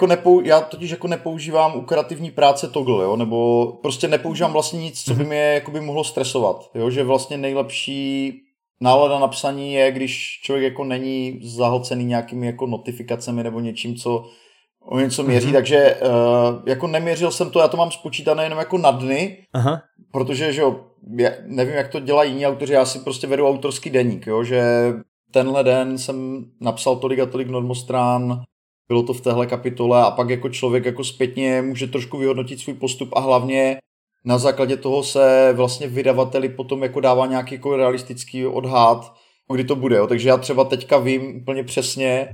já totiž jako nepoužívám u kreativní práce toggle, jo, nebo prostě nepoužívám vlastně nic, co by mě jakoby mohlo stresovat, jo, že vlastně nejlepší nálada na psaní je, když člověk jako není zahlcený nějakými jako notifikacemi nebo něčím, co o něco měří, takže jako neměřil jsem to, já to mám spočítané jenom jako na dny, protože že jo, nevím, jak to dělají jiní autoři, já si prostě vedu autorský deník, jo, že tenhle den jsem napsal tolik a tolik normostrán, bylo to v téhle kapitole a pak jako člověk jako zpětně může trošku vyhodnotit svůj postup a hlavně na základě toho se vlastně vydavateli potom jako dává nějaký jako realistický odhad, kdy to bude. Jo. Takže já třeba teďka vím úplně přesně,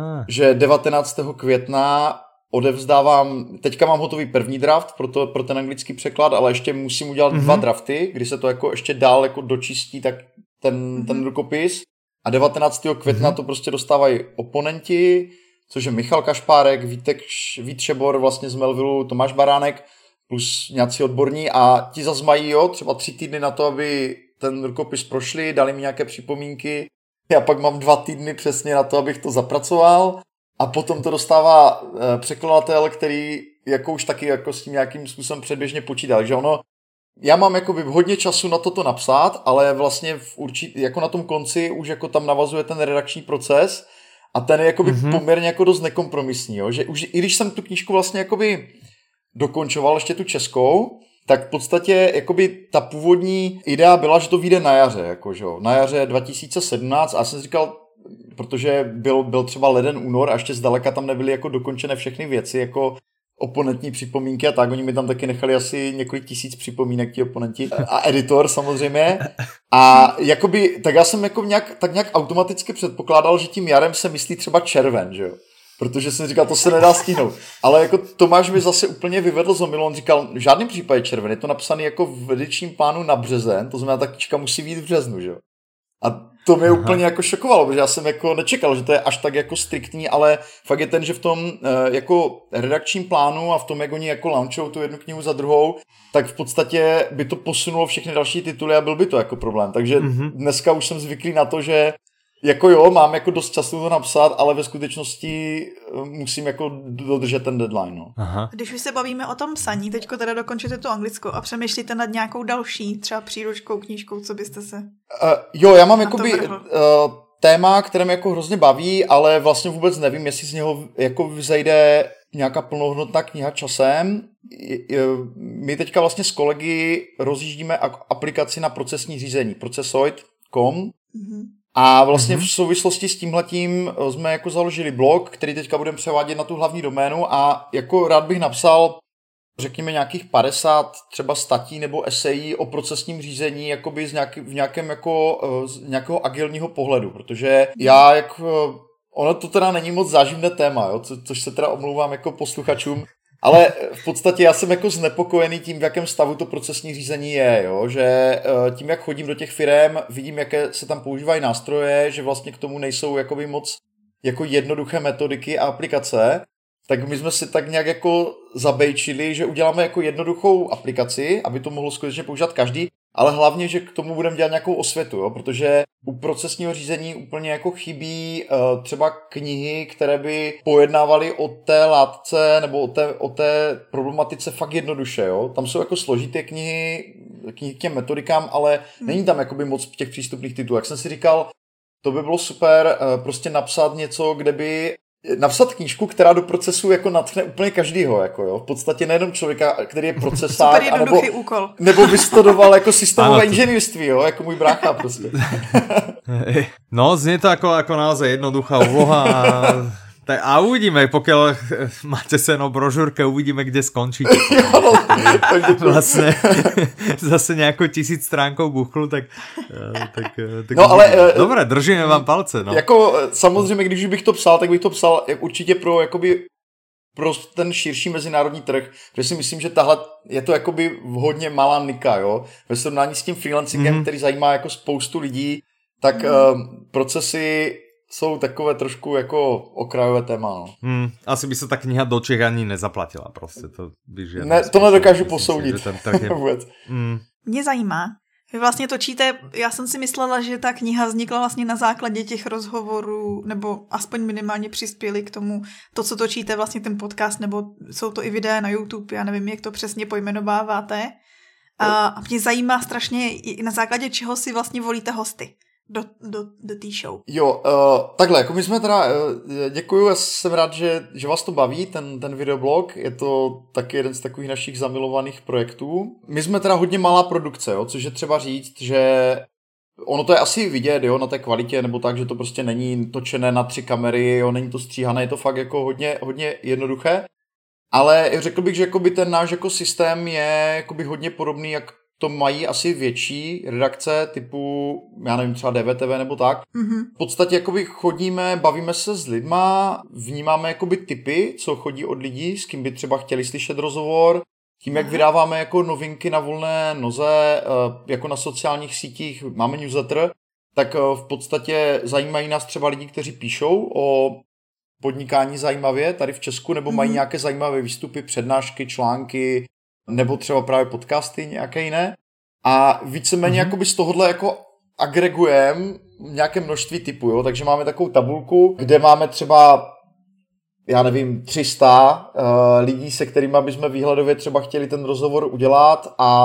že 19. května odevzdávám, teďka mám hotový první draft pro ten anglický překlad, ale ještě musím udělat 2 drafty, kdy se to jako ještě dál jako dočistí tak ten rukopis. A 19. května to prostě dostávají oponenti, což je Michal Kašpárek, Vít Šebor vlastně z Melvillu, Tomáš Baránek, plus nějací odborní a ti zas mají, jo, třeba 3 týdny na to, aby ten rukopis prošli, dali mi nějaké připomínky. Já pak mám 2 týdny přesně na to, abych to zapracoval a potom to dostává překladatel, který jako už taky jako s tím nějakým způsobem předběžně počítá. Takže ono, já mám jakoby hodně času na toto napsat, ale vlastně jako na tom konci už jako tam navazuje ten redakční proces a ten je jakoby poměrně jako dost nekompromisní, jo, že už i když jsem tu knížku vlastně jakoby dokončoval ještě tu českou, tak v podstatě jakoby ta původní idea byla, že to vyjde na jaře, jako, že jo, na jaře 2017 a já jsem si říkal, protože byl třeba leden, únor a ještě zdaleka tam nebyly jako dokončené všechny věci, jako oponentní připomínky a tak, oni mi tam taky nechali asi několik tisíc připomínek, ti oponenti a editor samozřejmě a jakoby, tak já jsem jako nějak automaticky předpokládal, že tím jarem se myslí třeba červen, že jo. Protože jsem říkal, to se nedá stihnout. Ale jako Tomáš mi zase úplně vyvedl z omylu, on říkal, v žádném případě červen, je to napsané jako v edičním plánu na březen, to znamená, ta knížka musí být v březnu, že jo. A to mě úplně jako šokovalo, protože já jsem jako nečekal, že to je až tak jako striktní, ale fakt je ten, že v tom jako redakčním plánu a v tom, jak oni jako launchou tu jednu knihu za druhou, tak v podstatě by to posunulo všechny další tituly a byl by to jako problém. Takže dneska už jsem zvyklý na to, že jako jo, mám jako dost času to napsat, ale ve skutečnosti musím jako dodržet ten deadline, no. Aha. Když už se bavíme o tom psaní, teďko teda dokončíte tu anglickou a přemýšlíte nad nějakou další, třeba příručkou, knížkou, co byste se... Jo, já mám jakoby téma, které mě jako hrozně baví, ale vlastně vůbec nevím, jestli z něho jako vzejde nějaká plnohodnotná kniha časem. My teďka vlastně s kolegy rozjíždíme aplikaci na procesní řízení, procesoid.com. A vlastně v souvislosti s tímhletím jsme jako založili blog, který teďka budeme převádět na tu hlavní doménu a jako rád bych napsal, řekněme, nějakých 50 třeba statí nebo esejí o procesním řízení jakoby v nějakém jako z nějakého agilního pohledu, protože já ono to teda není moc záživné téma, jo, což se teda omlouvám jako posluchačům, ale v podstatě já jsem jako znepokojený tím, v jakém stavu to procesní řízení je, jo? Že tím, jak chodím do těch firem, vidím, jaké se tam používají nástroje, že vlastně k tomu nejsou jakoby moc jako jednoduché metodiky a aplikace tak my jsme si tak nějak jako zabejčili, že uděláme jako jednoduchou aplikaci, aby to mohlo skutečně používat každý, ale hlavně, že k tomu budeme dělat nějakou osvětu, jo? Protože u procesního řízení úplně jako chybí třeba knihy, které by pojednávaly o té látce nebo o té problematice fakt jednoduše. Jo? Tam jsou jako složité knihy k těm metodikám, ale není tam jakoby moc těch přístupných titulů. Jak jsem si říkal, to by bylo super prostě napsat něco, kde by napsat knížku, která do procesu jako natchne úplně každýho, jako jo. V podstatě nejenom člověka, který je procesák, super jednoduchý úkol. Nebo vystudoval jako systémové inženýrství, jo, jako můj brácha prostě. No, znie to ako naozaj jednoduchá úloha a uvidíme, pokiaľ máte seno brožúrke, uvidíme, kde skončíte. Vlastne zase nejakou 1000 stránkou buchlu, tak no, ale, dobré, držíme vám palce. No. Jako samozřejmě, když bych to psal, tak bych to psal určitě pro ten širší mezinárodní trh, protože si myslím, že tahle je to jakoby hodně malá nika, jo, ve srovnání s tím freelancingem, který zajímá jako spoustu lidí, tak procesy jsou takové trošku jako okrajové téma. No. Asi by se ta kniha do Čech ani nezaplatila prostě. To nedokážu posoudit. Mě zajímá. Vy vlastně točíte, já jsem si myslela, že ta kniha vznikla vlastně na základě těch rozhovorů, nebo aspoň minimálně přispěli k tomu, to, co točíte, vlastně ten podcast, nebo jsou to i videa na YouTube, já nevím, jak to přesně pojmenováváte. A mě zajímá strašně, na základě čeho si vlastně volíte hosty do té show. Jo, takhle, jako my jsme teda, děkuju, já jsem rád, že vás to baví, ten videoblog, je to taky jeden z takových našich zamilovaných projektů. My jsme teda hodně malá produkce, jo, což je třeba říct, že ono to je asi vidět, jo, na té kvalitě, nebo tak, že to prostě není točené na 3 kamery, jo, není to stříhané, je to fakt jako hodně jednoduché, ale řekl bych, že jakoby ten náš jako systém je jakoby hodně podobný, jak to mají asi větší redakce typu, já nevím, třeba DVTV nebo tak. V podstatě jakoby chodíme, bavíme se s lidma, vnímáme jakoby tipy, co chodí od lidí, s kým by třeba chtěli slyšet rozhovor, tím, jak vydáváme jako novinky na volné noze, jako na sociálních sítích, máme newsletter, tak v podstatě zajímají nás třeba lidi, kteří píšou o podnikání zajímavě tady v Česku, nebo mají nějaké zajímavé výstupy, přednášky, články, nebo třeba právě podcasty nějaké jiné. A víceméně jakoby z tohohle jako agregujeme nějaké množství typů, jo? Takže máme takovou tabulku, kde máme třeba, já nevím, 300 lidí, se kterými bychom výhledově třeba chtěli ten rozhovor udělat a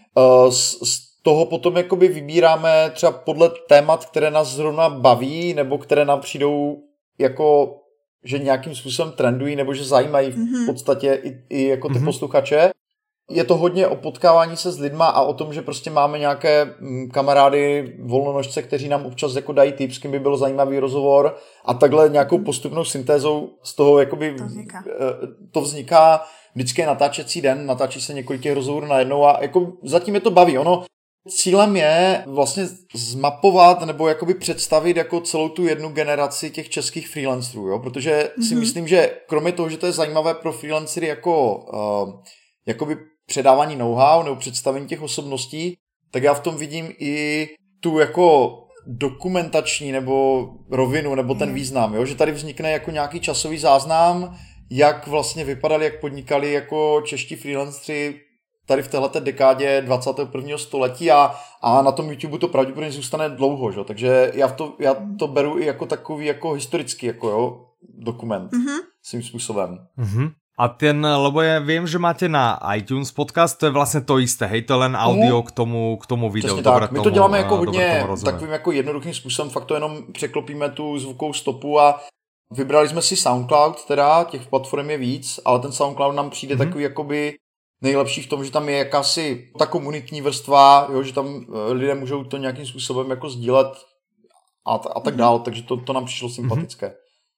z toho potom jakoby vybíráme třeba podle témat, které nás zrovna baví, nebo které nám přijdou jako, že nějakým způsobem trendují, nebo že zajímají v podstatě i jako ty posluchače. Je to hodně o potkávání se s lidma a o tom, že prostě máme nějaké kamarády volnonožce, kteří nám občas jako dají tip, s kým by byl zajímavý rozhovor a takhle nějakou postupnou syntézou z toho jakoby to vzniká vždycky je natáčecí den, natáčí se několik těch rozhovorů najednou a jako zatím je to baví. Ono cílem je vlastně zmapovat nebo jakoby představit jako celou tu jednu generaci těch českých freelancerů, jo? Protože si myslím, že kromě toho, že to je zajímavé pro freelancery jako jakoby předávání know-how nebo představení těch osobností, tak já v tom vidím i tu jako dokumentační nebo rovinu nebo ten význam, jo? Že tady vznikne jako nějaký časový záznam, jak vlastně vypadali, jak podnikali jako čeští freelanceri tady v téhleté dekádě 21. století a na tom YouTube to pravděpodobně zůstane dlouho, že? Takže já to beru i jako takový jako historický jako, jo, dokument svým způsobem. A lebo ja viem, že máte na iTunes podcast, to je vlastne to isté, hej, to je len audio k tomu videu. Přesně tak, my to děláme jako hodně takovým jako jednoduchým způsobem, fakt to jenom překlopíme tu zvukovou stopu a vybrali jsme si SoundCloud, teda těch platform je víc, ale ten SoundCloud nám přijde takový jakoby nejlepší v tom, že tam je jakási ta komunitní vrstva, jo, že tam lidé můžou to nějakým způsobem jako sdílet a tak dále, takže to nám přišlo sympatické.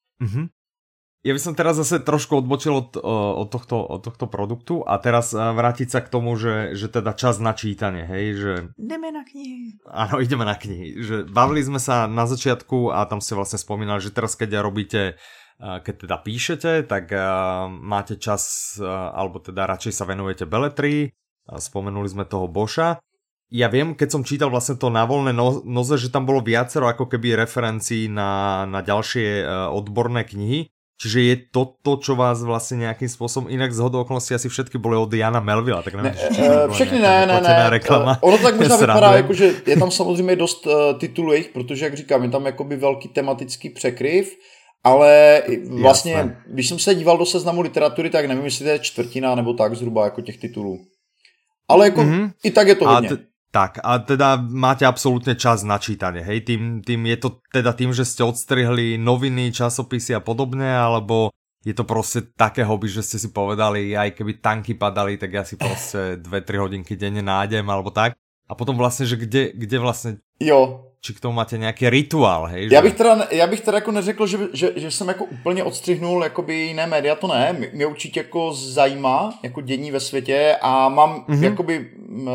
Ja by som teraz zase trošku odbočil od tohto produktu a teraz vrátiť sa k tomu, že teda čas na čítanie, hej, že... Ideme na knihy. Áno, ideme na knihy. Že bavili sme sa na začiatku a tam ste vlastne spomínali, že teraz keď robíte, keď teda píšete, tak máte čas, alebo teda radšej sa venujete beletrii, spomenuli sme toho Boša. Ja viem, keď som čítal vlastne to Na voľné noze, že tam bolo viacero ako keby referencií na ďalšie odborné knihy. Čiže je to, čo vás vlastně nějakým způsobem, jinak z hodou okolností asi všetky byly od Jana Melvilla, tak nevím, všechny ne. Ono tak možná vypadá, jako, že je tam samozřejmě dost titulů jejich, protože, jak říkám, je tam jakoby velký tematický překryv, ale vlastně, jasné. Když jsem se díval do seznamu literatury, tak nevím, jestli to je čtvrtina nebo tak zhruba jako těch titulů. Ale jako i tak je to hodně. Tak, a teda máte absolútne čas na čítanie, hej? Tým je to teda tým, že ste odstrihli noviny, časopisy a podobne, alebo je to proste také hobby, že ste si povedali, aj keby tanky padali, tak ja si proste 2-3 hodinky denne nájdem, alebo tak. A potom vlastne, že kde vlastne... Jo. Či k tomu máte nějaký rituál, hej? Že... Já bych teda jako neřekl, že jsem jako úplně odstřihnul jakoby jiné média, to ne. Mě určitě jako zajímá jako dění ve světě a mám jakoby...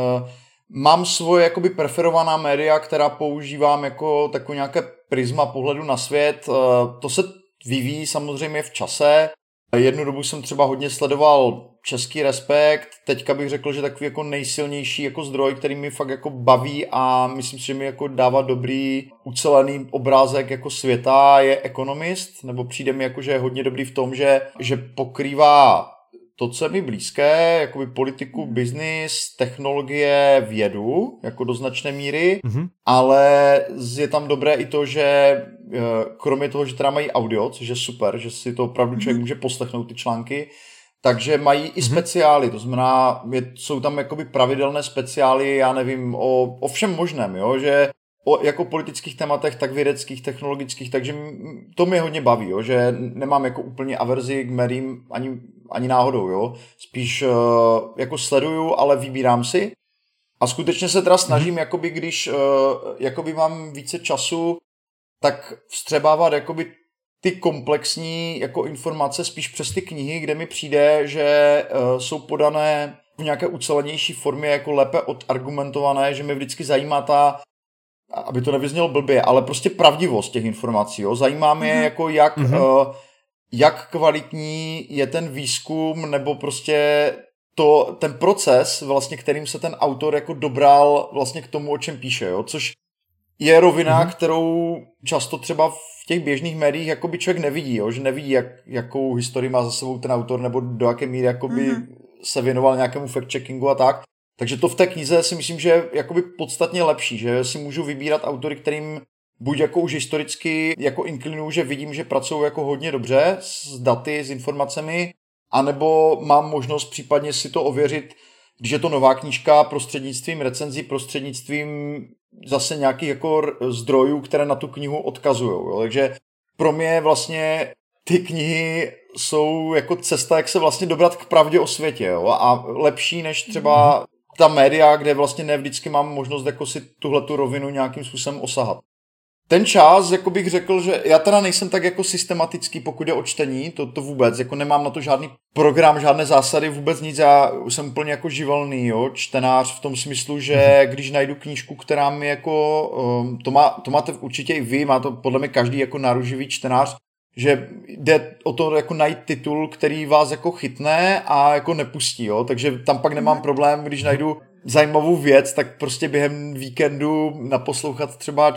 Mám svoje jakoby preferovaná média, která používám jako takové nějaké prisma pohledu na svět. To se vyvíjí samozřejmě v čase. Jednu dobu jsem třeba hodně sledoval Český Respekt. Teďka bych řekl, že takový jako nejsilnější jako zdroj, který mi fakt jako baví a myslím si, že mi jako dává dobrý ucelený obrázek jako světa, je Economist. Nebo přijde mi jako, že je hodně dobrý v tom, že pokrývá to, co je mi blízké, jakoby politiku, biznis, technologie, vědu, jako do značné míry, ale je tam dobré i to, že kromě toho, že teda mají audio, což je super, že si to opravdu člověk může poslechnout ty články, takže mají i speciály, to znamená, jsou tam jakoby pravidelné speciály, já nevím, o všem možném, jo, že jako politických tématech, tak vědeckých, technologických, takže to mě hodně baví, jo, že nemám jako úplně averzi k médiím ani náhodou, jo. Spíš jako sleduju, ale vybírám si. A skutečně se teda snažím, jakoby když jakoby mám více času, tak vstřebávat jakoby ty komplexní jako informace spíš přes ty knihy, kde mi přijde, že jsou podané v nějaké ucelenější formě, jako lépe odargumentované, že mi vždycky zajímá ta, aby to nevyznělo blbě, ale prostě pravdivost těch informací, jo. Zajímá mě jako jak kvalitní je ten výzkum, nebo prostě ten proces, vlastně, kterým se ten autor jako dobral vlastně k tomu, o čem píše, jo? Což je rovina, kterou často třeba v těch běžných médiích jakoby člověk nevidí, jo? Že nevidí, jakou historii má za sebou ten autor, nebo do jaké míry jakoby se věnoval nějakému fact-checkingu a tak. Takže to v té knize si myslím, že je jakoby podstatně lepší, že si můžu vybírat autory, kterým buď jako už historicky jako inklinuju, že vidím, že pracují jako hodně dobře s daty, s informacemi, anebo mám možnost případně si to ověřit, když je to nová knížka, prostřednictvím recenzí, prostřednictvím zase nějakých jako zdrojů, které na tu knihu odkazujou. Takže pro mě vlastně ty knihy jsou jako cesta, jak se vlastně dobrat k pravdě o světě. Jo? A lepší než třeba ta média, kde vlastně ne vždycky mám možnost jako si tuhletu rovinu nějakým způsobem osahat. Ten čas, jako bych řekl, že já teda nejsem tak jako systematický, pokud je o čtení, to vůbec, jako nemám na to žádný program, žádné zásady, vůbec nic, já jsem úplně jako živelný, jo, čtenář v tom smyslu, že když najdu knížku, která mi jako, to máte určitě i vy, má to podle mě každý jako náruživý čtenář, že jde o to jako najít titul, který vás jako chytne a jako nepustí, jo, takže tam pak nemám problém, když najdu zajímavou věc, tak prostě během víkendu naposlouchat třeba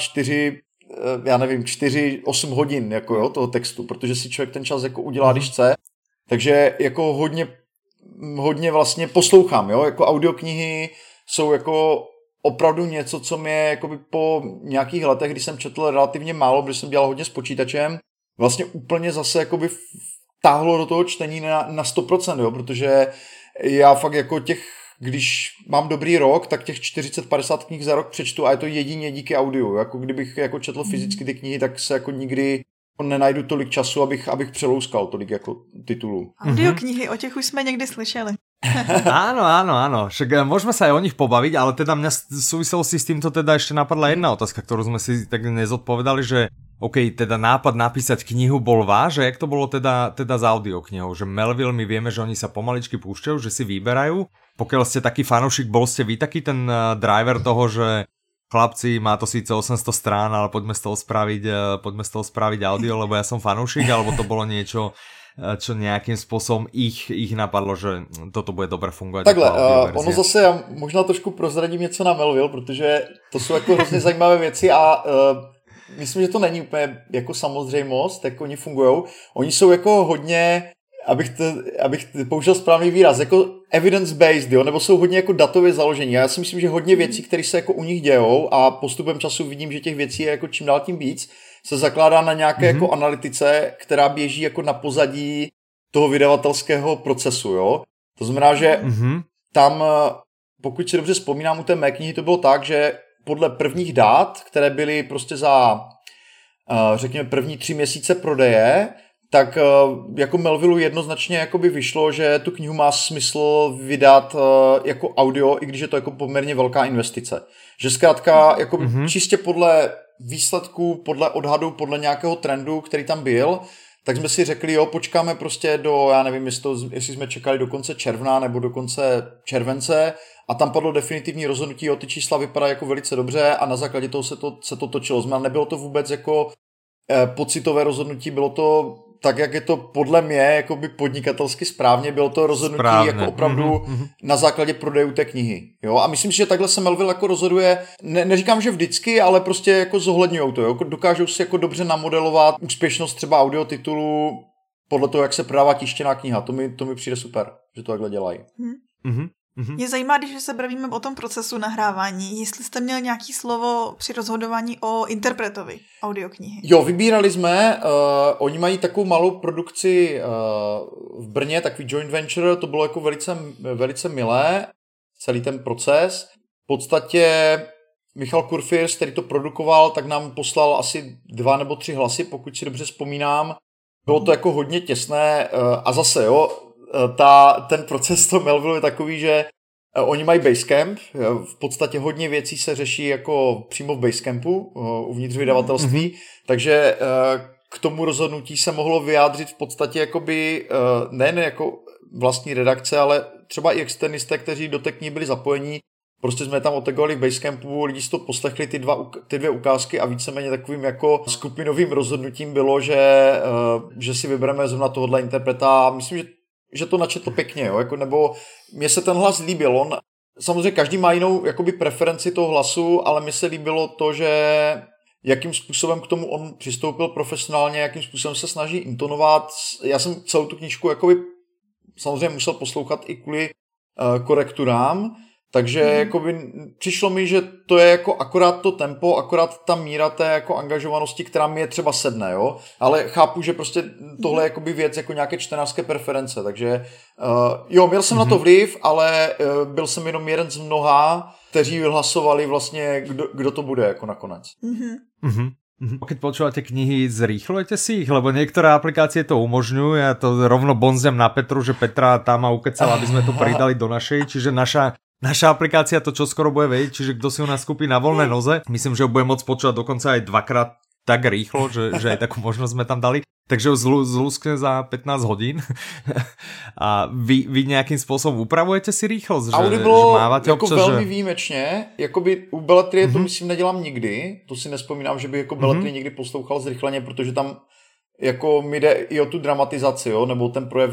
4-8 hodin jako jo, toho textu, protože si člověk ten čas jako udělá, když chce. Takže jako hodně vlastně poslouchám, jo, jako audioknihy jsou jako opravdu něco, co mě jakoby po nějakých letech, kdy jsem četl relativně málo, protože jsem dělal hodně s počítačem, vlastně úplně zase jakoby táhlo do toho čtení na 100%, jo, protože já fakt jako když mám dobrý rok, tak těch 40-50 knih za rok přečtu a je to jedině díky audiu. Jako kdybych jako četl fyzicky ty knihy, tak se jako nikdy nenajdu tolik času, abych přelouskal tolik jako titulů. Audioknihy, o těch už jsme někdy slyšeli. Áno. Však môžeme sa aj o nich pobaviť, ale teda mňa v súvislosti s týmto teda ešte napadla jedna otázka, ktorú sme si tak nezodpovedali, že OK, teda nápad napísať knihu bol váš, a jak to bolo teda s audioknihou, že Melville, my vieme, že oni sa pomaličky púšťajú, že si vyberajú. Pokiaľ ste taký fanúšik, bol ste vy taký ten driver toho, že chlapci, má to síce 800 strán, ale poďme z toho spraviť audio, lebo ja som fanúšik, alebo to bolo niečo, čo nějakým způsobem ich napadlo, že toto bude dobře fungovat. Takhle, ono zase, já možná trošku prozradím něco na Melville, protože to jsou jako hrozně zajímavé věci a myslím, že to není úplně jako samozřejmost, jak oni fungujou. Oni jsou jako hodně, abych použil správný výraz, jako evidence-based, jo, nebo jsou hodně jako datově založení. Já si myslím, že hodně věcí, které se jako u nich dějou a postupem času vidím, že těch věcí je jako čím dál tím víc, se zakládá na nějaké jako analytice, která běží jako na pozadí toho vydavatelského procesu, jo. To znamená, že tam, pokud si dobře vzpomínám, u té mé knihy to bylo tak, že podle prvních dát, které byly prostě za, řekněme, první 3 měsíce prodeje, tak jako Melvillu jednoznačně jakoby vyšlo, že tu knihu má smysl vydat jako audio, i když je to jako poměrně velká investice. Že zkrátka jakoby čistě podle výsledků, podle odhadu, podle nějakého trendu, který tam byl, tak jsme si řekli, jo, počkáme prostě do, já nevím, jestli jsme čekali do konce června nebo do konce července a tam padlo definitivní rozhodnutí, jo, ty čísla vypadají jako velice dobře a na základě toho se to točilo. Znamená, nebylo to vůbec jako pocitové rozhodnutí, bylo to tak, jak je to podle mě jakoby podnikatelsky správně, bylo to rozhodnutí jako opravdu na základě prodejů té knihy. Jo? A myslím si, že takhle se Melville jako rozhoduje, neříkám, že vždycky, ale prostě jako zohledňujou to. Jo? Dokážou si jako dobře namodelovat úspěšnost třeba audiotitulu podle toho, jak se prodává tištěná kniha. To mi přijde super, že to takhle dělají. Mě zajímá, když se bavíme o tom procesu nahrávání, jestli jste měl nějaký slovo při rozhodování o interpretovi audioknihy. Jo, vybírali jsme, oni mají takovou malou produkci v Brně, takový joint venture, to bylo jako velice, velice milé, celý ten proces. V podstatě Michal Kurfirs, který to produkoval, tak nám poslal asi 2 nebo 3 hlasy, pokud si dobře vzpomínám. Bylo to jako hodně těsné a zase, jo, ten proces to Melvillu je takový, že oni mají Basecamp, v podstatě hodně věcí se řeší jako přímo v Basecampu uvnitř vydavatelství, takže k tomu rozhodnutí se mohlo vyjádřit v podstatě jakoby nejen jako vlastní redakce, ale třeba i externisté, kteří do té knihy byli zapojení. Prostě jsme tam otegovali v Basecampu, lidi si to poslechli ty 2 ukázky a víceméně takovým jako skupinovým rozhodnutím bylo, že si vybereme zrovna tohohle interpreta. Myslím, že to načetl pěkně, jo? Jako, nebo mně se ten hlas líbil. Samozřejmě každý má jinou jakoby preferenci toho hlasu, ale mně se líbilo to, že jakým způsobem k tomu on přistoupil profesionálně, jakým způsobem se snaží intonovat. Já jsem celou tu knížku jakoby samozřejmě musel poslouchat i kvůli korekturám, takže jakoby přišlo mi, že to je jako akorát to tempo, akorát ta míra té jako angažovanosti, která mi je třeba sedne, jo. Ale chápu, že prostě tohle je jakoby věc jako nějaké čtenářské preference, takže jo, měl jsem na to vliv, ale byl jsem jenom jeden z mnoha, kteří hlasovali vlastně, kdo to bude jako nakonec. Keď počúvate knihy, zrýchlujete si ich? Lebo niektoré aplikácie to umožňujú, ja to rovno bonzem na Petru, že Petra tam ma ukecala, aby sme to pridali do našej, čiže naša aplikácia to čoskoro bude vedieť, čiže kto si ju nás kúpi na voľné noze, myslím, že ho bude môcť počúvať dokonca aj 2-krát tak rýchlo, že aj takú možnosť sme tam dali, takže ho zlúskne za 15 hodín. A vy nejakým spôsobom upravujete si rýchlosť? Audible jako velmi výjimečně, jakoby u Belletrie to myslím nedělám nikdy, to si nespomínám, že bych jako Belletrie někdy poslouchal zrychleně, protože tam jako mi jde i o tu dramatizaci, jo, nebo ten projev,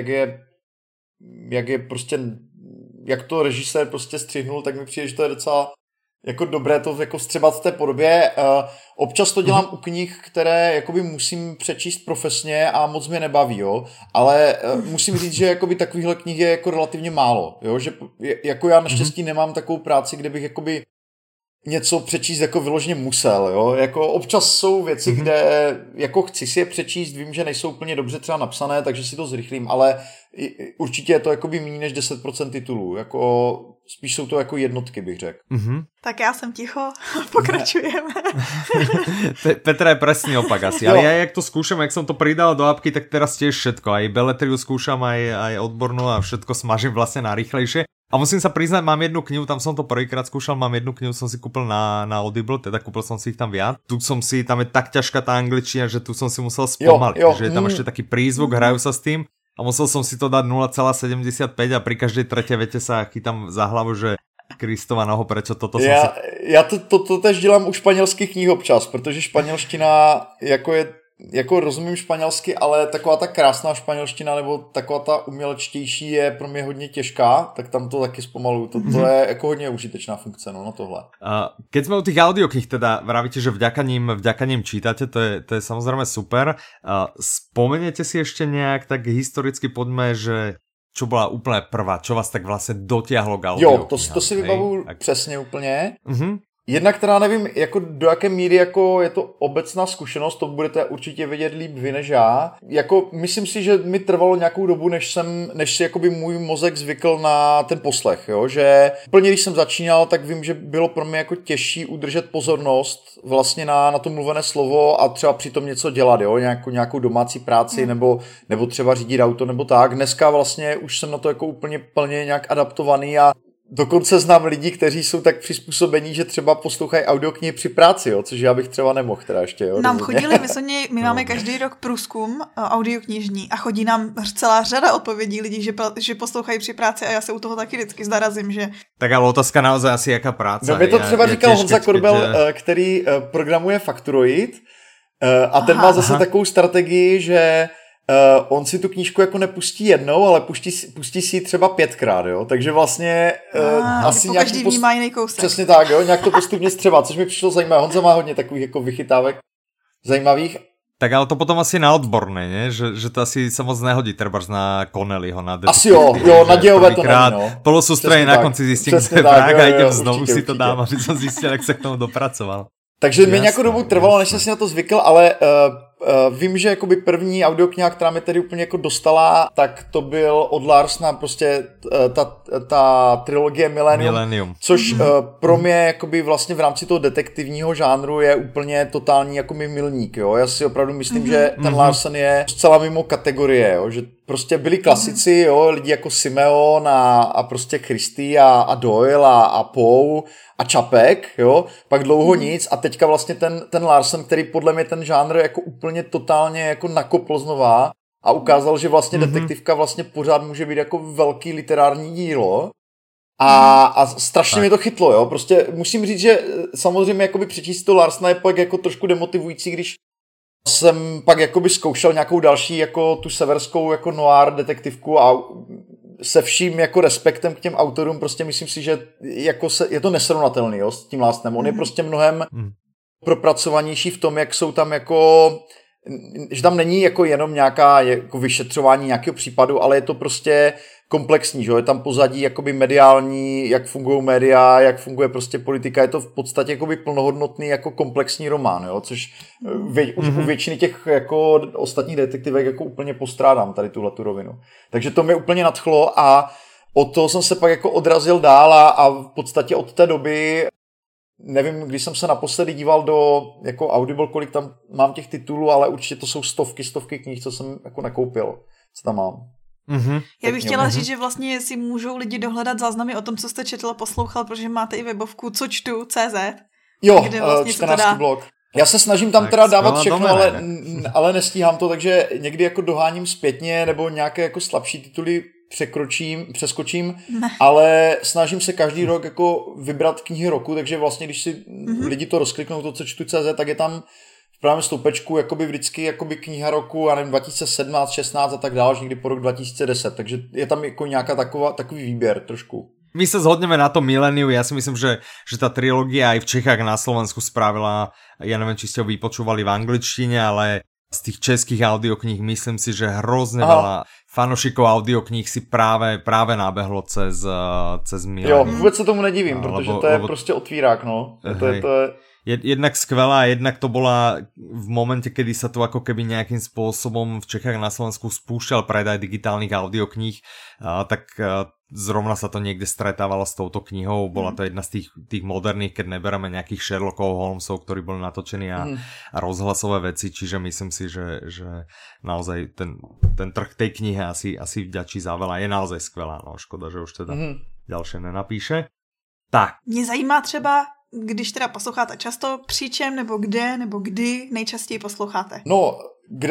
jak je prostě, jak to režisér prostě střihnul, tak mi přijde, že to je docela jako dobré to jako vstřebat v té podobě. Občas to dělám u knih, které jakoby musím přečíst profesně a moc mě nebaví, jo. Ale musím říct, že jakoby takovýhle knih je jako relativně málo, jo. Že jako já naštěstí nemám takovou práci, kde bych jakoby něco přečíst jako vyloženě musel, jo. Jako občas jsou věci, kde jako chci si je přečíst, vím, že nejsou úplně dobře třeba napsané, takže si to zrychlím, ale určitě je to jakoby méně než 10% titulů, jako spíš jsou to jako jednotky, bych řekl. Tak já jsem ticho, pokračujeme. Petra je presný opak asi, ale ja jak to skúšam, jak som to pridal do apky, tak teraz tiež všetko, aj Belletriu skúšam, aj odbornú a všetko smažím vlastne na rýchlejšie. A musím sa priznať, mám jednu knihu, tam som to prvýkrát skúšal, mám jednu knihu, som si kúpil na Audible, teda kúpil som si ich tam viac. Tu som si, tam je tak ťažká tá angličtina, že tu som si musel spomaliť, že je tam ešte taký prízvuk, hrajú sa s tým. A musel som si to dať 0,75 a pri každej tretej vete sa chytám za hlavu, že Kristova noho, prečo toto Já to tež dělám u španělských knih občas, protože španělština jako je jako rozumím španělsky, ale taková ta krásná španělština nebo taková ta umělečtější je pro mě hodně těžká, tak tam to taky zpomaluju. To je jako hodně užitečná funkce, no, na tohle. Keď sme u tých audiokníh, teda vravíte, že vďaka ním čítate, to je samozrejme super. Spomeniete si ešte nejak tak historicky, poďme, že čo bola úplne prvá, čo vás tak vlastne dotiahlo k audioknihe? Jo, to si vybavuju přesně úplně. Jednak teda nevím, jako do jaké míry jako je to obecná zkušenost, to budete určitě vědět líp vy než já. Jako myslím si, že mi trvalo nějakou dobu, než si jakoby můj mozek zvykl na ten poslech, jo? Že úplně když jsem začínal, tak vím, že bylo pro mě jako těžší udržet pozornost vlastně na to mluvené slovo a třeba přitom něco dělat, jo? Nějakou domácí práci nebo třeba řídit auto nebo tak. Dneska vlastně už jsem na to jako úplně plně nějak adaptovaný a dokonce znám lidi, kteří jsou tak přizpůsobení, že třeba poslouchají audioknihy při práci, jo, což já bych třeba nemohl teda ještě. Jo, nám chodili, my máme každý rok průzkum audioknižní a chodí nám celá řada odpovědí lidí, že poslouchají při práci a já se u toho taky vždycky zarazím, že... Tak ale otázka naozaj asi jaká práce. No mi to třeba říkal Honza Korbel, který programuje Factoid a ten má zase takovou strategii, že on si tu knížku jako nepustí jednou, ale pustí si ji třeba 5krát, jo, takže vlastně asi nějak každý vnímá jiný kousek. Přesně tak, jo, nějak to postupně střeba, což mi přišlo zajímavé. Honza má hodně takových jako vychytávek zajímavých. Tak ale to potom asi na odborné, ne? Že to asi sa moc nehodí trebárs na Connellyho, na asi jo, na dějové to není, no. Polosústrojenie na konci zistím, kde je vrák a idem znovu si to dám, aby som zistil, jak sa k tomu dopracoval. Takže mi nějakou dobu trvalo, než jsem si na to zvykl, ale vím, že jakoby první audiokniha, která mě tedy úplně jako dostala, tak to byl od Larsna prostě ta trilogie Millennium. Což pro mě jakoby vlastně v rámci toho detektivního žánru je úplně totální jako milník, jo. Já si opravdu myslím, že ten Larsen je zcela mimo kategorie, jo, že prostě byli klasici, jo, lidi jako Simeon a prostě Christie a Doyle a Poe a Čapek, jo, pak dlouho nic a teďka vlastně ten Larsen, který podle mě ten žánr jako úplně totálně jako nakopl znova a ukázal, že vlastně detektivka vlastně pořád může být jako velký literární dílo a strašně mě to chytlo, jo, prostě musím říct, že samozřejmě jakoby přečíst to Larsena je pak jako trošku demotivující, když jsem pak jakoby zkoušel nějakou další jako tu severskou jako noir detektivku a se vším jako respektem k těm autorům, prostě myslím si, že jako je to nesrovnatelný, jo, s tím Larsenem. On je prostě mnohem propracovanější v tom, jak jsou tam jako, že tam není jako jenom nějaká jako vyšetřování nějakého případu, ale je to prostě komplexní, že jo, je tam pozadí jakoby mediální, jak fungují média, jak funguje prostě politika, je to v podstatě jakoby plnohodnotný jako komplexní román, jo, což už u většiny těch jako ostatních detektivek jako úplně postrádám tady tuhletu rovinu. Takže to mě úplně nadchlo a od toho jsem se pak jako odrazil dál a v podstatě od té doby, nevím, když jsem se naposledy díval do jako Audible, kolik tam mám těch titulů, ale určitě to jsou stovky knih, co jsem jako nakoupil, co tam mám. Já bych chtěla říct, že vlastně si můžou lidi dohledat záznamy o tom, co jste četl a poslouchal, protože máte i webovku cočtu.cz. Jo, vlastně 14. blog. Já se snažím tam tak teda dávat všechno, ale nestíhám to, takže někdy jako doháním zpětně nebo nějaké jako slabší tituly přeskočím, ale snažím se každý rok jako vybrat knihy roku, takže vlastně když si lidi to rozkliknou, to cočtu.cz, tak je tam v pravém sloupečku jakoby vždycky jakoby kniha roku, já nevím, 2017, 16 a tak dále, někdy po rok 2010, takže je tam jako nějaká takový výběr trošku. My sa zhodneme na tom Millenniu, ja si myslím, že tá trilógia aj v Čechách na Slovensku spravila, ja neviem, či ste ho vypočúvali v angličtine, ale z tých českých audiokníh myslím si, že hrozne veľa fanošikov audiokníh si práve nabehlo cez Millennium. Jo, vůbec se tomu nedivím, protože to je prostě otvírák, no. To je jednak skvelá, jednak to bola v momente, kedy sa tu ako keby nejakým spôsobom v Čechách na Slovensku spúšťal predaj digitálnych audiokníh, tak zrovna sa to niekde stretávalo s touto knihou. Bola to jedna z tých moderných, keď nebereme nejakých Sherlockov, Holmesov, ktorí boli natočení a rozhlasové veci, čiže myslím si, že naozaj ten trh tej knihy asi vďačí za veľa. Je naozaj skvelá, no škoda, že už teda ďalšie nenapíše. Tak. Mě zajímá třeba, když teda posloucháte často, při čem nebo kde nebo kdy nejčastěji posloucháte? No, kde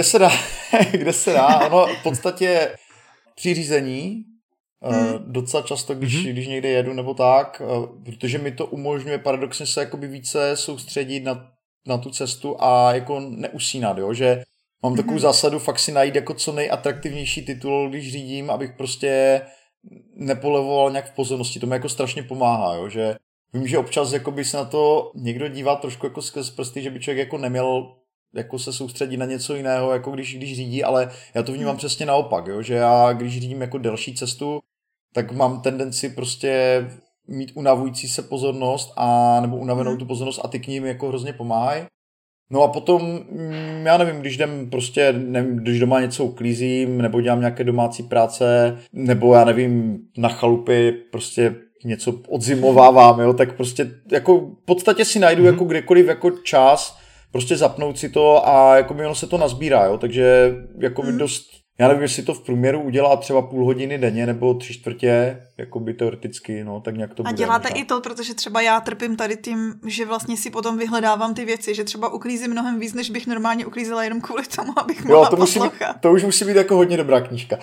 se dá, ono v podstatě při řízení, docela často, když někde jedu nebo tak, protože mi to umožňuje paradoxně se jakoby více soustředit na tu cestu a jako neusínat, jo, že mám takovou zásadu fakt si najít jako co nejatraktivnější titul, když řídím, abych prostě nepolevoval nějak v pozornosti. To mi jako strašně pomáhá, jo? Že vím, že občas jakoby se na to někdo dívá trošku jako skrz prsty, že by člověk jako neměl jako se soustředit na něco jiného, jako když řídí, ale já to vnímám přesně naopak, jo? Že já když řídím jako delší cestu, tak mám tendenci prostě mít unavující se pozornost a nebo unavenou tu pozornost a ty knihy mi jako hrozně pomáhají. No a potom, já nevím, když jdem prostě, nevím, když doma něco uklízím, nebo dělám nějaké domácí práce, nebo já nevím, na chalupě prostě něco odzimovávám, jo, tak prostě jako v podstatě si najdu jako kdekoliv jako čas, prostě zapnout si to a jako mi ono se to nazbírá, jo, takže jako mi dost, já nevím, jestli to v průměru udělá třeba půl hodiny denně nebo 3/4, jako by teoreticky, no, tak nějak to bude. A děláte i to, protože třeba já trpím tady tím, že vlastně si potom vyhledávám ty věci, že třeba uklízím mnohem víc, než bych normálně uklízela jenom kvůli tomu, abych mohla poslouchat. To už musí být jako hodně dobrá knížka.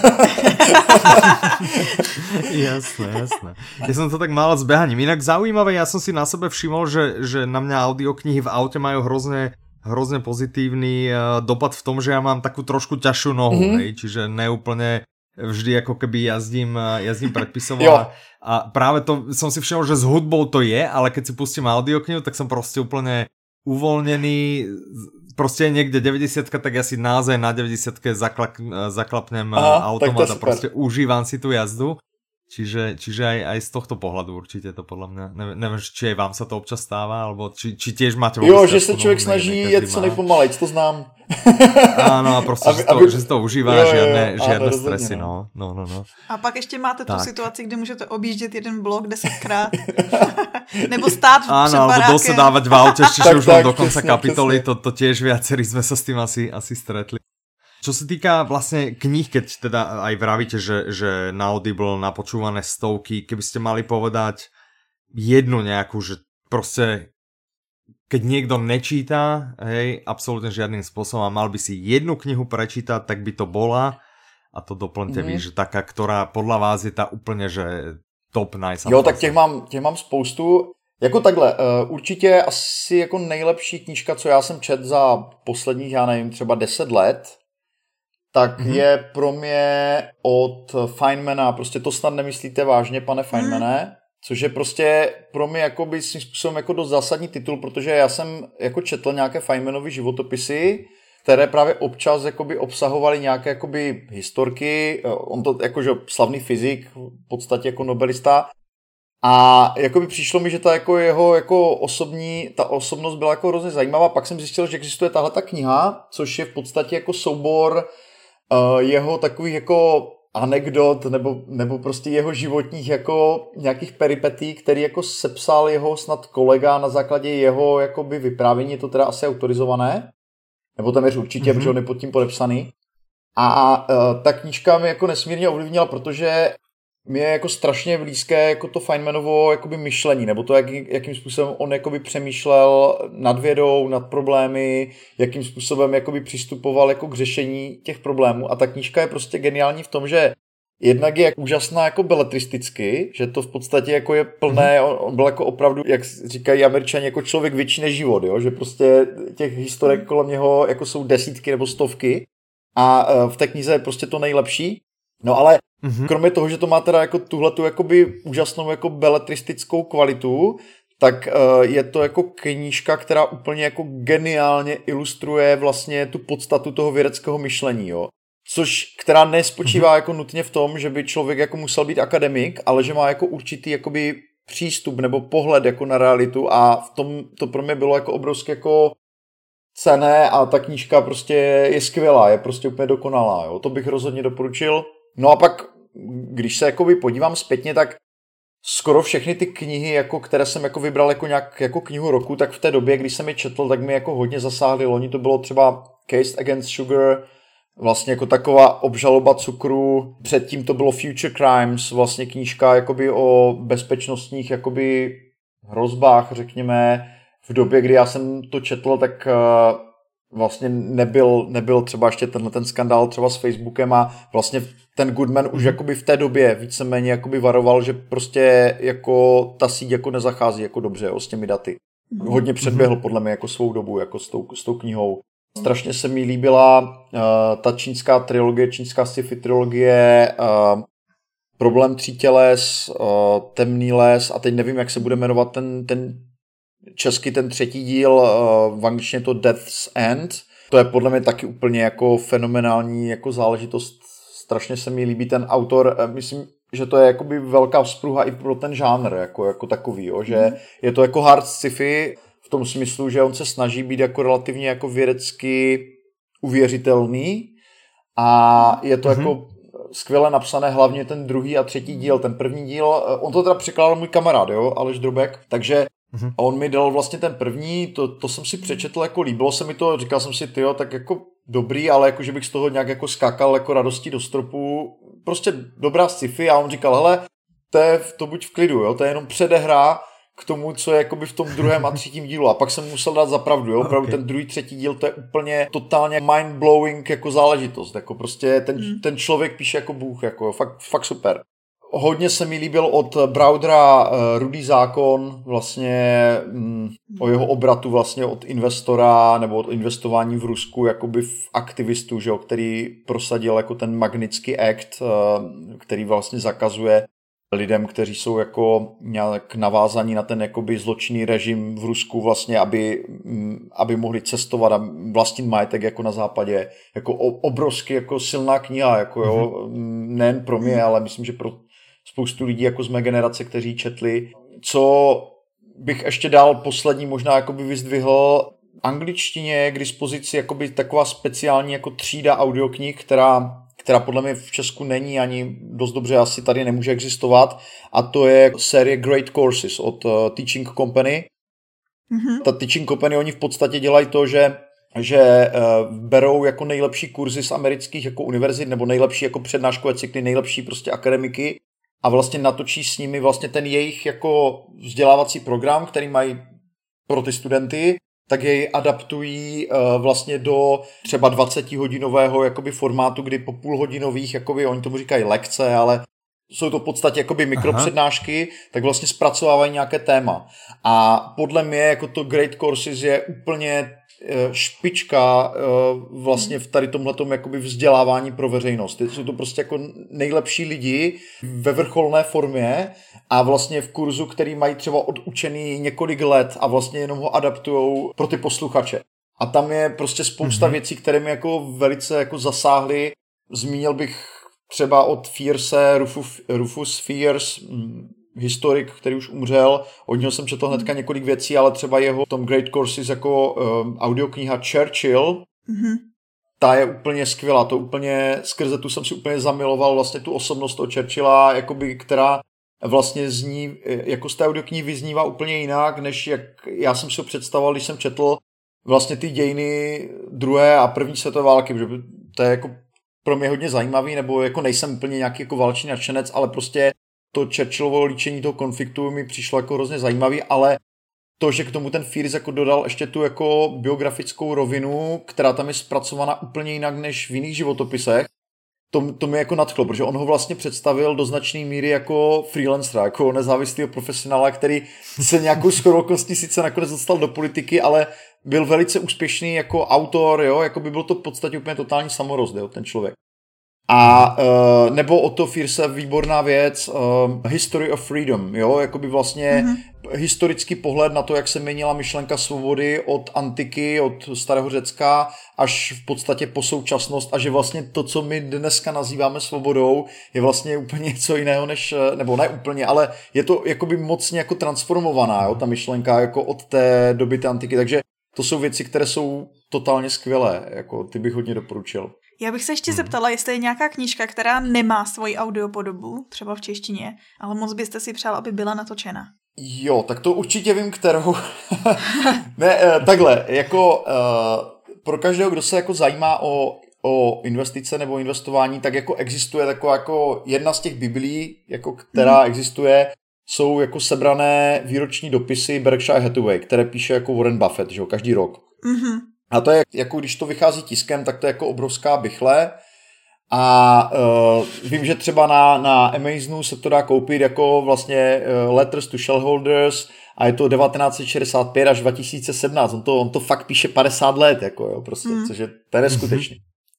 Jasné. Ja som to tak málo s behaním. Inak zaujímavé, ja som si na sebe všimol, že na mňa audioknihy v aute majú hrozne pozitívny dopad v tom, že ja mám takú trošku ťažšiu nohu, hej? Čiže neúplne vždy ako keby jazdím predpisovo a práve to som si všimol, že s hudbou to je, ale keď si pustím audioknihu, tak som proste úplne uvoľnený, proste niekde 90-ka, tak ja si naozaj na 90-ke zaklapnem automat a proste užívam si tú jazdu. Čiže aj z tohto pohľadu určite to podľa mňa, neviem, či aj vám sa to občas stáva, alebo či tiež máte... Jo, že sa človek snaží jet co nejpomalejc, to znám. Áno, a proste, že si to užívá, žiadne stresy, no. A pak ještě máte tu situaci, kde můžete objíždět jeden blok 10krát, nebo stát před barákem. Áno, alebo dosedávať v aute, čiže už do konca kapitoly, to tiež viacerí sme sa s tým asi stretli. Čo sa týka vlastne kníh, keď teda aj vravíte, že na Audible napočúvané stovky, keby ste mali povedať jednu nejakú, že proste keď niekto nečíta, hej, absolútne žiadnym spôsobom a mal by si jednu knihu prečítať, tak by to bola, a to doplňte vy, že taká, ktorá podľa vás je tá úplne, že top nice. Jo, tak těch mám spoustu. Jako takhle, určitě asi jako nejlepší knížka, co já jsem čet za posledních, já nevím, třeba 10 let, tak je pro mě od Feynmana, prostě to snad nemyslíte vážně, pane Feynmane, což je prostě pro mě jakoby svým způsobem jako dost zásadní titul, protože já jsem jako četl nějaké Feynmanovy životopisy, které právě občas jakoby obsahovaly nějaké jakoby historky, on to jakože slavný fyzik, v podstatě jako nobelista, a jakoby přišlo mi, že ta jako jeho jako ta osobnost byla jako hrozně zajímavá, pak jsem zjistil, že existuje tahleta kniha, což je v podstatě jako soubor jeho takových jako anekdot nebo prostě jeho životních jako nějakých peripetí, který jako sepsal jeho snad kolega na základě jeho jakoby vyprávění, je to teda asi autorizované, nebo téměř určitě, protože on je pod tím podepsaný. A ta knížka mi jako nesmírně ovlivnila, protože mi je jako strašně blízké jako to Feynmanovo jakoby myšlení, nebo to, jakým způsobem on jakoby přemýšlel nad vědou, nad problémy, jakým způsobem jakoby přistupoval jako k řešení těch problémů. A ta knížka je prostě geniální v tom, že jednak je úžasná jako beletristicky, že to v podstatě jako je plné, on byl jako opravdu, jak říkají Američani, jako člověk větší než život, jo? Že prostě těch historek kolem něho jako jsou desítky nebo stovky a v té knize je prostě to nejlepší. No ale kromě toho, že to má teda jako tuhletu jakoby úžasnou jako beletristickou kvalitu, tak je to jako knížka, která úplně jako geniálně ilustruje vlastně tu podstatu toho vědeckého myšlení, jo. Která nespočívá jako nutně v tom, že by člověk jako musel být akademik, ale že má jako určitý jakoby přístup nebo pohled jako na realitu a v tom to pro mě bylo jako obrovské jako cenné a ta knížka prostě je skvělá, je prostě úplně dokonalá, jo. To bych rozhodně doporučil. No a pak, když se jakoby podívám zpětně, tak skoro všechny ty knihy, jako, které jsem jako vybral jako nějak jako knihu roku, tak v té době, když jsem je četl, tak mi jako hodně zasáhly. Loni to bylo třeba Case Against Sugar, vlastně jako taková obžaloba cukru. Předtím to bylo Future Crimes, vlastně knížka jakoby o bezpečnostních jakoby hrozbách, řekněme. V době, kdy já jsem to četl, tak vlastně nebyl třeba ještě ten skandál třeba s Facebookem a vlastně ten Goodman už jakoby v té době víceméně jakoby varoval, že prostě jako ta síť jako nezachází jako dobře, jo, s těmi daty. Hodně předběhl podle mě jako svou dobu jako s tou knihou. Strašně se mi líbila ta čínská trilogie, čínská sci-fi trilogie, Problém tří těles, Temný les a teď nevím, jak se bude jmenovat ten česky ten třetí díl, v angličtině to Death's End. To je podle mě taky úplně jako fenomenální jako záležitost. Strašně se mi líbí ten autor. Myslím, že to je jakoby velká vzpruha i pro ten žánr jako takový, jo? Že je to jako hard sci-fi v tom smyslu, že on se snaží být jako relativně jako vědecky uvěřitelný a je to jako skvěle napsané, hlavně ten druhý a třetí díl. Ten první díl, on to teda překládal můj kamarád, jo, Aleš Drobek, takže on mi dal vlastně ten první, to jsem si přečetl, jako líbilo se mi to, říkal jsem si, tyjo, tak jako dobrý, ale jako, že bych z toho nějak jako skákal jako radostí do stropu, prostě dobrá sci-fi a on říkal, hele, to buď v klidu, jo, to je jenom předehra k tomu, co je jakoby v tom druhém a třetím dílu a pak jsem musel dát za pravdu, jo, opravdu ten druhý, třetí díl, to je úplně totálně mind-blowing jako záležitost, jako prostě ten člověk píše jako bůh, jako fakt super. Hodně se mi líbil od Browdera Rudý zákon, vlastně o jeho obratu vlastně od investora nebo od investování v Rusku, jakoby v aktivistu, že jo, který prosadil jako ten Magnitsky Act, který vlastně zakazuje lidem, kteří jsou jako nějak navázaní na ten jakoby zločinný režim v Rusku vlastně, aby mohli cestovat a vlastnit majetek jako na západě. Jako obrovsky jako silná kniha, jako jo, nejen pro mě, ale myslím, že pro spoustu lidí jako z mé generace, kteří četli. Co bych ještě dál poslední možná jakoby vyzdvihl, angličtině je k dispozici jakoby taková speciální jako třída audioknih, která podle mě v Česku není ani dost dobře, asi tady nemůže existovat, a to je série Great Courses od Teaching Company. Ta Teaching Company, oni v podstatě dělají to, že berou jako nejlepší kurzy z amerických jako univerzit nebo nejlepší jako přednáškové cykly, nejlepší prostě akademiky a vlastně natočí s nimi vlastně ten jejich jako vzdělávací program, který mají pro ty studenty, tak jej adaptují vlastně do třeba 20hodinového jakoby formátu, kdy po půlhodinových, jakoby, oni tomu říkají lekce, ale jsou to v podstatě jakoby mikropřednášky, tak vlastně zpracovávají nějaké téma. A podle mě jako to Great Courses je úplně špička vlastně v tady tomhletom jakoby vzdělávání pro veřejnost. Jsou to prostě jako nejlepší lidi ve vrcholné formě a vlastně v kurzu, který mají třeba odučený několik let a vlastně jenom ho adaptujou pro ty posluchače. A tam je prostě spousta věcí, které mi jako velice jako zasáhly. Zmínil bych třeba od Fierce, Rufus Fiers, historik, který už umřel, od něho jsem četl hnedka několik věcí, ale třeba jeho v tom Great Courses jako audiokniha Churchill, ta je úplně skvělá, to úplně skrze tu jsem si úplně zamiloval vlastně tu osobnost toho Churchilla, jakoby, která vlastně zní, jako z té audioknihy vyznívá úplně jinak, než jak já jsem si ho představoval, když jsem četl vlastně ty dějiny druhé a první světové války, protože to je jako pro mě hodně zajímavý, nebo jako nejsem úplně nějaký jako válečný nadšenec, ale prostě to Churchillovo líčení toho konfliktu mi přišlo jako hrozně zajímavý, ale to, že k tomu ten Fiers jako dodal ještě tu jako biografickou rovinu, která tam je zpracovaná úplně jinak než v jiných životopisech, to mi jako nadchlo, protože on ho vlastně představil do značné míry jako freelancera, jako nezávislého profesionála, který se nějakou shodou okolností sice nakonec dostal do politiky, ale byl velice úspěšný jako autor, jo, jako by byl to v podstatě úplně totální samorost, jo, ten člověk. A nebo Otto Fierse, výborná věc, History of Freedom, jo, jakoby vlastně historický pohled na to, jak se měnila myšlenka svobody od antiky, od starého Řecka až v podstatě po současnost a že vlastně to, co my dneska nazýváme svobodou, je vlastně úplně něco jiného než, nebo ne úplně, ale je to jakoby mocně jako transformovaná, jo, ta myšlenka jako od té doby té antiky, takže to jsou věci, které jsou totálně skvělé, jako ty bych hodně doporučil. Já bych se ještě zeptala, jestli je nějaká knížka, která nemá svoji audiopodobu, třeba v češtině, ale moc byste si přál, aby byla natočena. Jo, tak to určitě vím, kterou. Ne, takhle, jako pro každého, kdo se jako zajímá o investice nebo investování, tak jako existuje taková jako jedna z těch biblí, jako která existuje, jsou jako sebrané výroční dopisy Berkshire Hathaway, které píše jako Warren Buffett, že jo, každý rok. A to je, jako když to vychází tiskem, tak to je jako obrovská bichle A vím, že třeba na Amazonu se to dá koupit jako vlastně Letters to Shareholders a je to 1965 až 2017. On to fakt píše 50 let, jako jo, prostě, což je neskutečný.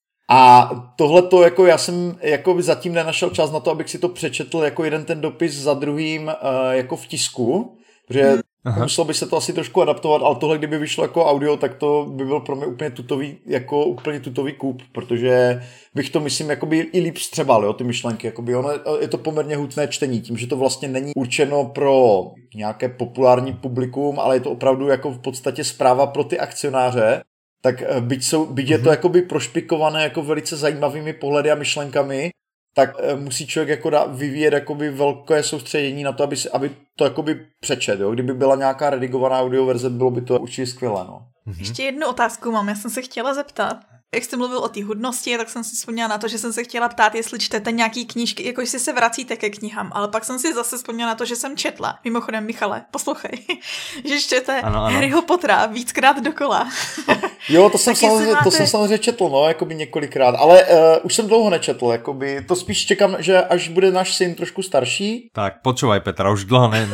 A tohleto, jako já jsem jako zatím nenašel čas na to, abych si to přečetl jako jeden ten dopis za druhým jako v tisku, protože muselo by se to asi trošku adaptovat, ale tohle, kdyby vyšlo jako audio, tak to by byl pro mě úplně tutový kůp, protože bych to, myslím, jakoby i líp střebal, jo, ty myšlenky, jakoby je to poměrně hutné čtení, tím, že to vlastně není určeno pro nějaké populární publikum, ale je to opravdu jako v podstatě zpráva pro ty akcionáře, tak byť je to jakoby prošpikované jako velice zajímavými pohledy a myšlenkami, tak musí člověk jako vyvíjet jakoby velké soustředění na to, aby to jakoby přečet, jo? Kdyby byla nějaká redigovaná audioverze, bylo by to určitě skvělé, no. Ještě jednu otázku mám, já jsem se chtěla zeptat. Jak jste mluvil o té hudnosti, tak jsem si vzpomněla na to, že jsem se chtěla ptát, jestli čtete nějaký knížky, jako jestli se vracíte ke knihám, ale pak jsem si zase vzpomněla na to, že jsem četla. Mimochodem, Michale, poslouchej, že čtete Harryho Pottera víckrát dokola. Jo, to jsem samozřejmě četl, no, jakoby několikrát, ale už jsem dlouho nečetl, jakoby, to spíš čekám, že až bude náš syn trošku starší. Tak, počúvaj Petra, už dlouho ne.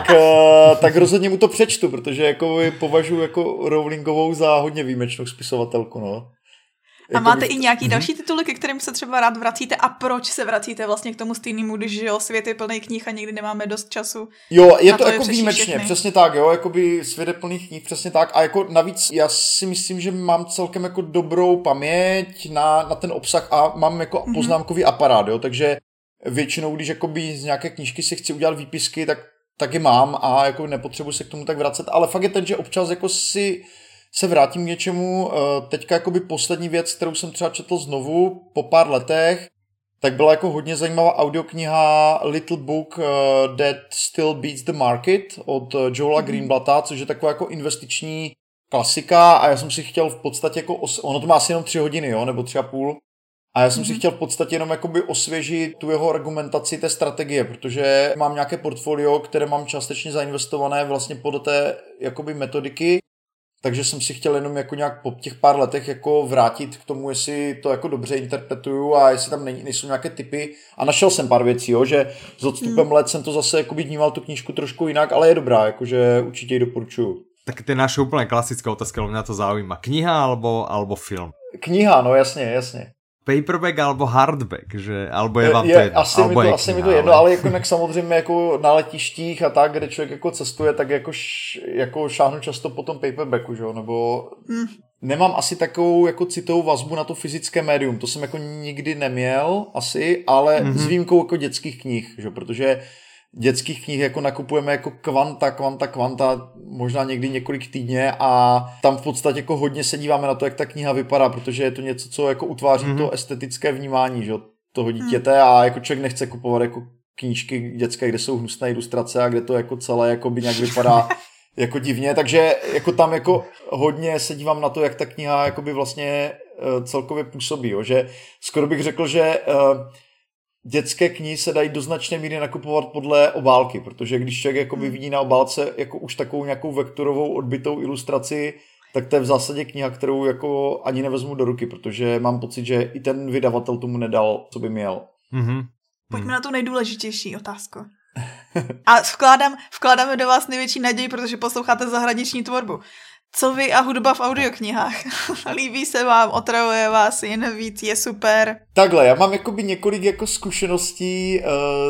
Tak rozhodně mu to přečtu, protože jako považuji jako Rowlingovou za hodně výjimečnou spisovatelku, no. A máte i nějaký další tituly, ke kterým se třeba rád vracíte a proč se vracíte vlastně k tomu stejnému, když jo, svět je plný knih a někdy nemáme dost času? Jo, je to jako výjimečně, všechny. Přesně tak, jo, jakoby svět je plný knih, přesně tak a jako navíc já si myslím, že mám celkem jako dobrou paměť na ten obsah a mám jako poznámkový aparát, jo, takže většinou, když jakoby z nějaké knížky si chci udělat výpisky, tak je mám a jako nepotřebuji se k tomu tak vracet, ale fakt je ten, že občas jako se vrátím k něčemu. Teďka jakoby poslední věc, kterou jsem třeba četl znovu po pár letech, tak byla jako hodně zajímavá audiokniha Little Book That Still Beats the Market od Joela Greenblatta, což je taková jako investiční klasika a já jsem si chtěl v podstatě jako, ono to má asi jenom 3 hodiny, jo, nebo 3,5. A já jsem si chtěl v podstatě jenom jakoby osvěžit tu jeho argumentaci té strategie, protože mám nějaké portfolio, které mám částečně zainvestované vlastně podle té jakoby metodiky. Takže jsem si chtěl jenom jako nějak po těch pár letech jako vrátit k tomu, jestli to jako dobře interpretuju a jestli tam nejsou nějaké typy. A našel jsem pár věcí, jo, že s odstupem let jsem to zase jako vnímal tu knížku trošku jinak, ale je dobrá, jakože určitě ji doporučuju. Tak to je naša úplně klasická otázka, ale mě to zaujíma. Kniha alebo film? Kniha, no jasně. Paperback alebo hardback, že alebo je vám to jedno. Asi mi to jedno, ale jako jinak samozřejmě jako na letištích a tak, kde člověk jako cestuje, tak jako šáhnu často po tom paperbacku, že jo, nebo nemám asi takovou jako citovou vazbu na to fyzické médium, to jsem jako nikdy neměl asi, ale s výjimkou jako dětských knih, že, protože dětských knih jako nakupujeme jako kvanta, možná někdy několik týdně a tam v podstatě jako hodně se díváme na to, jak ta kniha vypadá, protože je to něco, co jako utváří to estetické vnímání, že, toho dítěte a jako člověk nechce kupovat jako knížky dětské, kde jsou hnusné ilustrace a kde to jako celé jako by nějak vypadá jako divně, takže jako tam jako hodně se dívám na to, jak ta kniha jako by vlastně celkově působí, jo, že skoro bych řekl, že dětské knihy se dají do značné míry nakupovat podle obálky, protože když člověk jakoby vidí na obálce jako už takovou nějakou vektorovou odbytou ilustraci, tak to je v zásadě kniha, kterou jako ani nevezmu do ruky, protože mám pocit, že i ten vydavatel tomu nedal, co by měl. Pojďme na tu nejdůležitější otázku. A vkládáme do vás největší naději, protože posloucháte zahraniční tvorbu. Co vy a hudba v audioknihách? Líbí se vám, otravuje vás jen víc, je super? Takhle, já mám jakoby několik jako zkušeností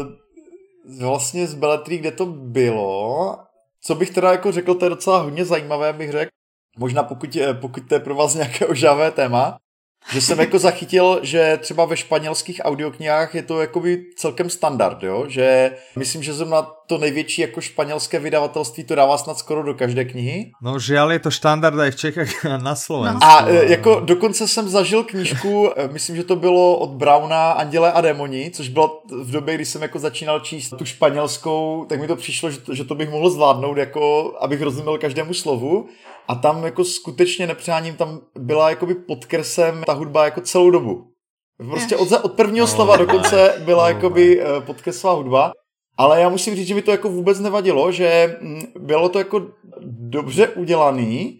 vlastně z beletrí, kde to bylo. Co bych teda jako řekl, to je docela hodně zajímavé, bych řekl. Možná pokud to je pro vás nějaké ožavé téma. Že jsem jako zachytil, že třeba ve španělských audioknihách je to jakoby celkem standard, jo? Že myslím, že zrovna to největší jako španělské vydavatelství to dává snad skoro do každé knihy. No žiaľ je to štandard aj v Čechách a na Slovensku. A jako dokonce jsem zažil knížku, myslím, že to bylo od Browna Andělé a démoni, což bylo v době, kdy jsem jako začínal číst tu španělskou, tak mi to přišlo, že to bych mohl zvládnout, jako abych rozuměl každému slovu. A tam jako skutečně nepřáním, tam byla jakoby pod kresem ta hudba jako celou dobu. Prostě od prvního slova dokonce byla jakoby podkresová hudba. Ale já musím říct, že mi to jako vůbec nevadilo, že bylo to jako dobře udělaný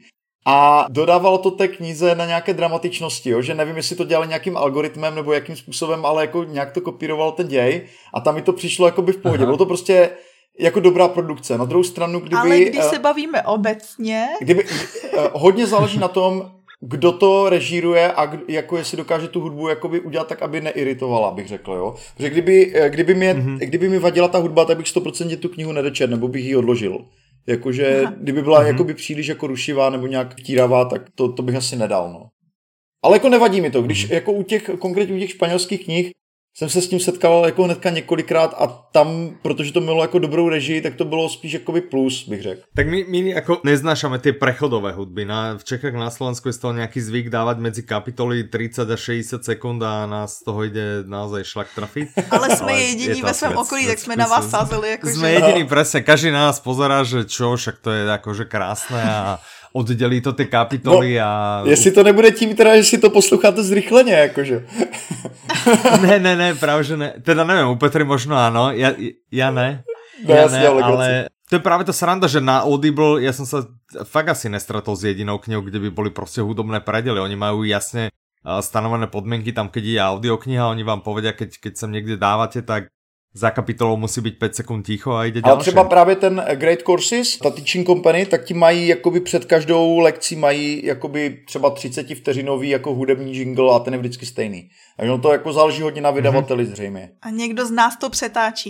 a dodávalo to té knize na nějaké dramatičnosti, jo? Že nevím, jestli to dělali nějakým algoritmem nebo jakým způsobem, ale jako nějak to kopírovalo ten děj a tam mi to přišlo jakoby v pohodě. Bylo to prostě jako dobrá produkce. Na druhou stranu, kdyby... Ale když se bavíme obecně... Hodně záleží na tom, kdo to režíruje a jako jestli dokáže tu hudbu jakoby udělat tak, aby neiritovala, bych řekl, jo. Protože kdyby mi vadila ta hudba, tak bych 100% tu knihu nedočetl, nebo bych ji odložil. Jakože, kdyby byla jakoby příliš jako rušivá nebo nějak tíravá, tak to bych asi nedal, no. Ale jako nevadí mi to, když jako konkrétně u těch španělských knih jsem se s tím setkal jako hnedka několikrát a tam, protože to mělo jako dobrou režii, tak to bylo spíš jakoby plus, bych řekl. Tak my jako neznášame tie prechodové hudby. V Čechách na Slovensku je z toho nejaký zvyk dávať medzi kapitoly 30 až 60 sekund a nás z toho ide naozaj šlak trafiť. Ale sme jediní ve svém okolí, tak sme na vás sázeli. Sme jediní, presne, každý na nás pozerá, že čo, však to je akože krásne a oddělí to ty kapitoly a... Jestli to nebude tím teda, že si to posloucháte zrychleně, jakože. ne, práve že ne. Teda neviem, u Petry možno áno, ja ne. Ja ne, ale to je práve to sranda, že na Audible ja som sa fakt asi nestretol s jedinou knihou, kde by boli proste hudobné predely. Oni majú jasne stanovené podmienky tam, keď je audiokniha, oni vám povedia, keď sem niekde dávate, tak za kapitolou musí být 5 sekund ticho a jde další. Ale třeba právě ten Great Courses, ta Teaching Company, tak ti mají jakoby před každou lekcí mají jakoby třeba 30 vteřinový jako hudební jingle a ten je vždycky stejný. Takže to jako záleží hodně na vydavateli zřejmě. A někdo z nás to přetáčí.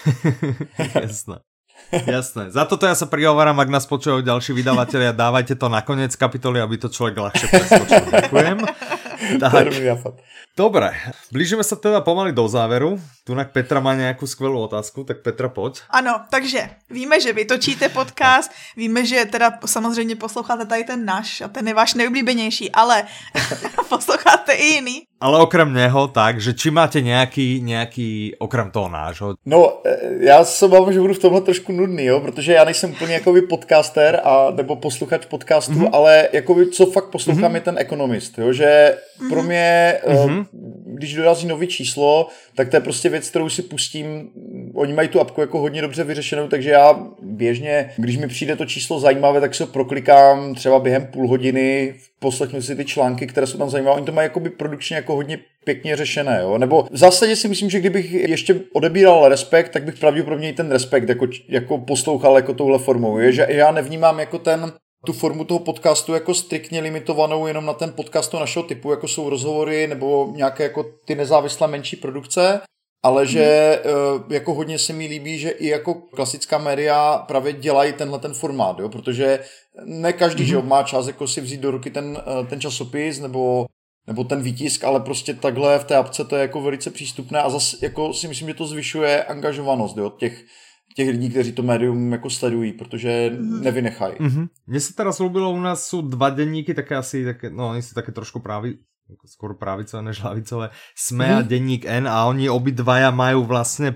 Jasné. Za toto ja sa prihováram, ak nás počúvajú ďalší vydavatelia, dávajte to na koniec kapitoly, aby to človek ľahšie preskočil. Ďakujem. Tak. Dobre, blížime sa teda pomaly do záveru. Tunak Petra má nejakú skvelú otázku, tak Petra, poď. Ano, takže víme, že vy točíte podcast, víme, že teda samozřejmě posloucháte tady ten náš a ten je váš nejoblíbenější, ale posloucháte i jiný. Ale okrem něho, tak, že či máte nějaký okrem toho nášho? No, já se obávám, že budu v tomhle trošku nudný, jo, protože já nejsem úplně jakoby podcaster nebo posluchač podcastu, ale jakoby co fakt poslouchám je ten Economist, jo, že pro mě, když dorazí nový číslo, tak to je prostě věc, kterou si pustím. Oni mají tu apku jako hodně dobře vyřešenou, takže já běžně, když mi přijde to číslo zajímavé, tak se ho proklikám třeba během půl hodiny, poslechnu si ty články, které jsou tam zajímavé. Oni to mají jakoby produkčně jako hodně pěkně řešené, jo. Nebo v zásadě si myslím, že kdybych ještě odebíral Respekt, tak bych pravděpodobně i ten Respekt jako poslouchal jako touhle formou. Je, že já nevnímám jako tu formu toho podcastu jako striktně limitovanou jenom na ten podcast našeho typu, jako jsou rozhovory nebo nějaké jako ty nezávislé menší produkce, ale že jako hodně se mi líbí, že i jako klasická média právě dělají tenhle ten formát, jo, protože ne každý, že má čas jako si vzít do ruky ten časopis nebo ten výtisk, ale prostě takhle v té apce to je jako velice přístupné a zase jako si myslím, že to zvyšuje angažovanost, jo, těch lidí, kteří to médium jako sledují, protože nevynechají. Mně se teda slúbilo, u nás jsou 2 denníky, také no oni jsou také trošku skôr pravicové než ľavicové, SME a denník N a oni obidvaja majú vlastne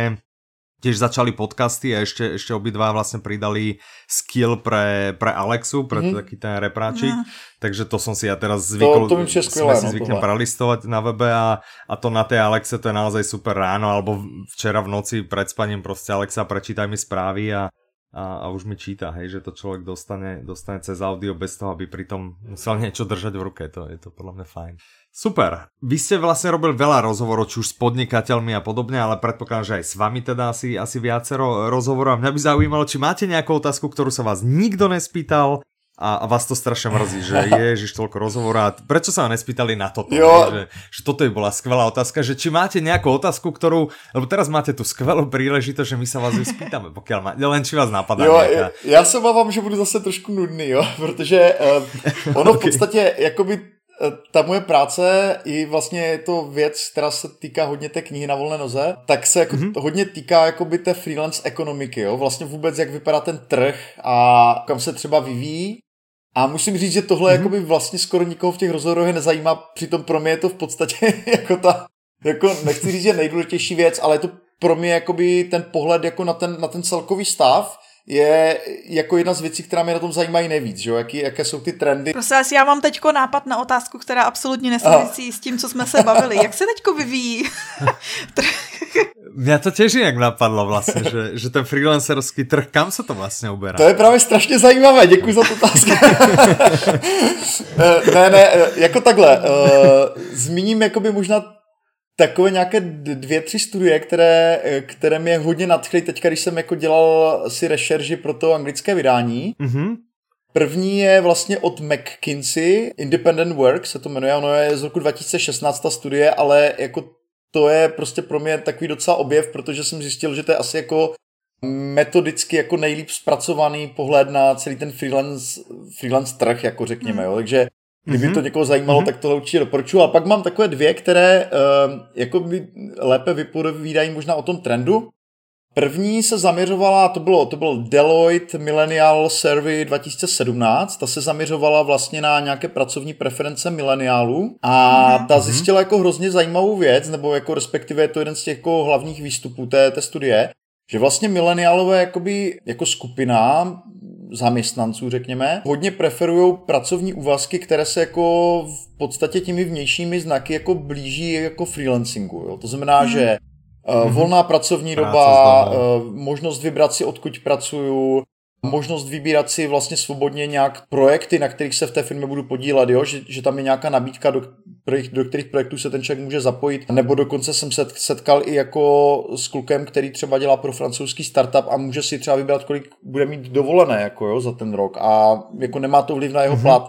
tiež začali podcasty a ešte obidva vlastne pridali skill pre Alexu, pre taký ten repráčik, takže to som si ja teraz zvykol, zvyknem prelistovať na webe a to na tej Alexe to je naozaj super ráno, alebo včera v noci pred spaním proste Alexa, prečítaj mi správy a už mi číta, hej, že to človek dostane cez audio bez toho, aby pritom musel niečo držať v ruke, je to podľa mňa fajn. Super, vy ste vlastne robili veľa rozhovorov, či už s podnikateľmi a podobne, ale predpokladám, že aj s vami teda asi viacero rozhovorov a mňa by zaujímalo, či máte nejakú otázku, ktorú sa vás nikto nespýtal a vás to strašne mrzí, že ježiš toľko rozhovorov a prečo sa vám nespýtali na toto, že toto by bola skvelá otázka, že či máte nejakú otázku, lebo teraz máte tu skvelú príležitosť, že my sa vás vyspýtame, pokiaľ len či vás napadá nejaká. Já se obávám, že budu zase trošku nudný, jo, protože ono v podstatě jakoby ta moje práce i vlastně je to věc, která se týká hodně té knihy Na volné noze, tak se jako hodně týká jakoby té freelance ekonomiky, jo? Vlastně vůbec jak vypadá ten trh a kam se třeba vyvíjí. A musím říct, že tohle jakoby vlastně skoro nikoho v těch rozhovorech nezajímá, přitom pro mě je to v podstatě jako nechci říct, že nejdůležitější věc, ale je to pro mě jakoby ten pohled jako na ten celkový stav je jako jedna z věcí, která mě na tom zajímají nejvíc, že jo? Jaké jsou ty trendy. Prosím vás, já mám teďko nápad na otázku, která absolutně nesouvisí s tím, co jsme se bavili. Jak se teďko vyvíjí? Mňa to tiež jak napadlo vlastně, že ten freelancerský trh, kam se to vlastně uberá? To je právě strašně zajímavé, děkuji za tu otázku. ne, jako takhle. Zmíním jakoby možná takové nějaké 2-3 studie, které mě hodně nadchly teďka, když jsem jako dělal si rešerži pro to anglické vydání. Mm-hmm. První je vlastně od McKinsey, Independent Work se to jmenuje, ono je z roku 2016 ta studie, ale jako to je prostě pro mě takový docela objev, protože jsem zjistil, že to je asi jako metodicky jako nejlíp zpracovaný pohled na celý ten freelance trh, jako řekněme, jo. Takže kdyby to někoho zajímalo, tak tohle určitě doporučuji. A pak mám takové 2, které jako by lépe vypovídají možná o tom trendu. První se zaměřovala, to bylo Deloitte Millennial Survey 2017, ta se zaměřovala vlastně na nějaké pracovní preference mileniálů a ta zjistila jako hrozně zajímavou věc, nebo jako respektive je to jeden z těch jako hlavních výstupů té studie, že vlastně mileniálové jako skupina zaměstnanců, řekněme, hodně preferují pracovní úvazky, které se jako v podstatě těmi vnějšími znaky jako blíží jako freelancingu. Jo? To znamená, že volná pracovní doba, možnost vybrat si, odkud pracuju, možnost vybírat si vlastně svobodně nějak projekty, na kterých se v té firmě budu podílet, jo? Že tam je nějaká nabídka, do kterých projektů se ten člověk může zapojit, nebo dokonce jsem se setkal i jako s klukem, který třeba dělá pro francouzský startup a může si třeba vybrat, kolik bude mít dovolené jako, jo, za ten rok a jako nemá to vliv na jeho plat.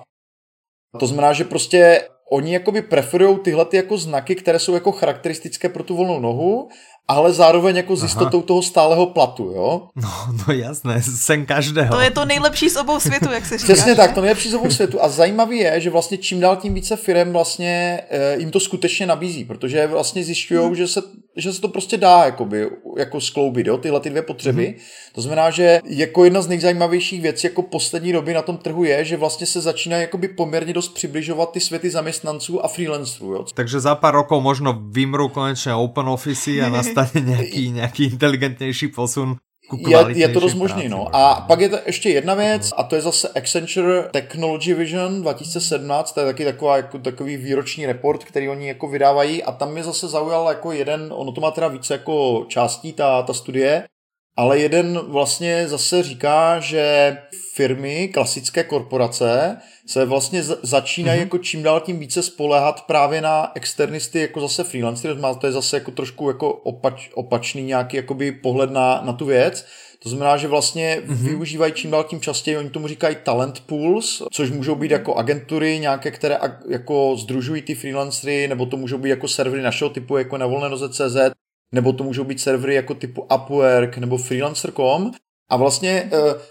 To znamená, že prostě oni jakoby preferujou tyhle ty jako znaky, které jsou jako charakteristické pro tu volnou nohu, ale zároveň jako s jistotou toho stálého platu, jo? No jasné, sen každého. To je to nejlepší z obou světů, jak se říká. Přesně tak, to nejlepší z obou světů. A zajímavý je, že vlastně čím dál tím více firem vlastně jim to skutečně nabízí, protože vlastně zjišťujou, že se to prostě dá jako skloubit, jo? Tyhle ty 2 potřeby. To znamená, že jako jedna z nejzajímavějších věcí jako poslední doby na tom trhu je, že vlastně se začínají jakoby poměrně dost přibližovat ty světy zaměstnanců a freelancerů, jo? Takže za pár rokov možno vymrú konečne open office a nastane nějaký inteligentnější posun. Je to dost možný, no. A pak je to ještě jedna věc, a to je zase Accenture Technology Vision 2017, to je taky takový výroční report, který oni jako vydávají a tam mě zase zaujal jako jeden, ono to má teda více jako částí ta studie, ale jeden vlastně zase říká, že firmy, klasické korporace se vlastně začínají jako čím dál tím více spoléhat právě na externisty, jako zase freelancery, to je zase jako trošku jako opačný nějaký jakoby pohled na tu věc. To znamená, že vlastně využívají čím dál tím častěji, oni tomu říkají talent pools, což můžou být jako agentury nějaké, které jako sdružují ty freelancery, nebo to můžou být jako servery našeho typu, jako na volnenoze.cz, nebo to můžou být servery jako typu Upwork nebo freelancer.com. A vlastně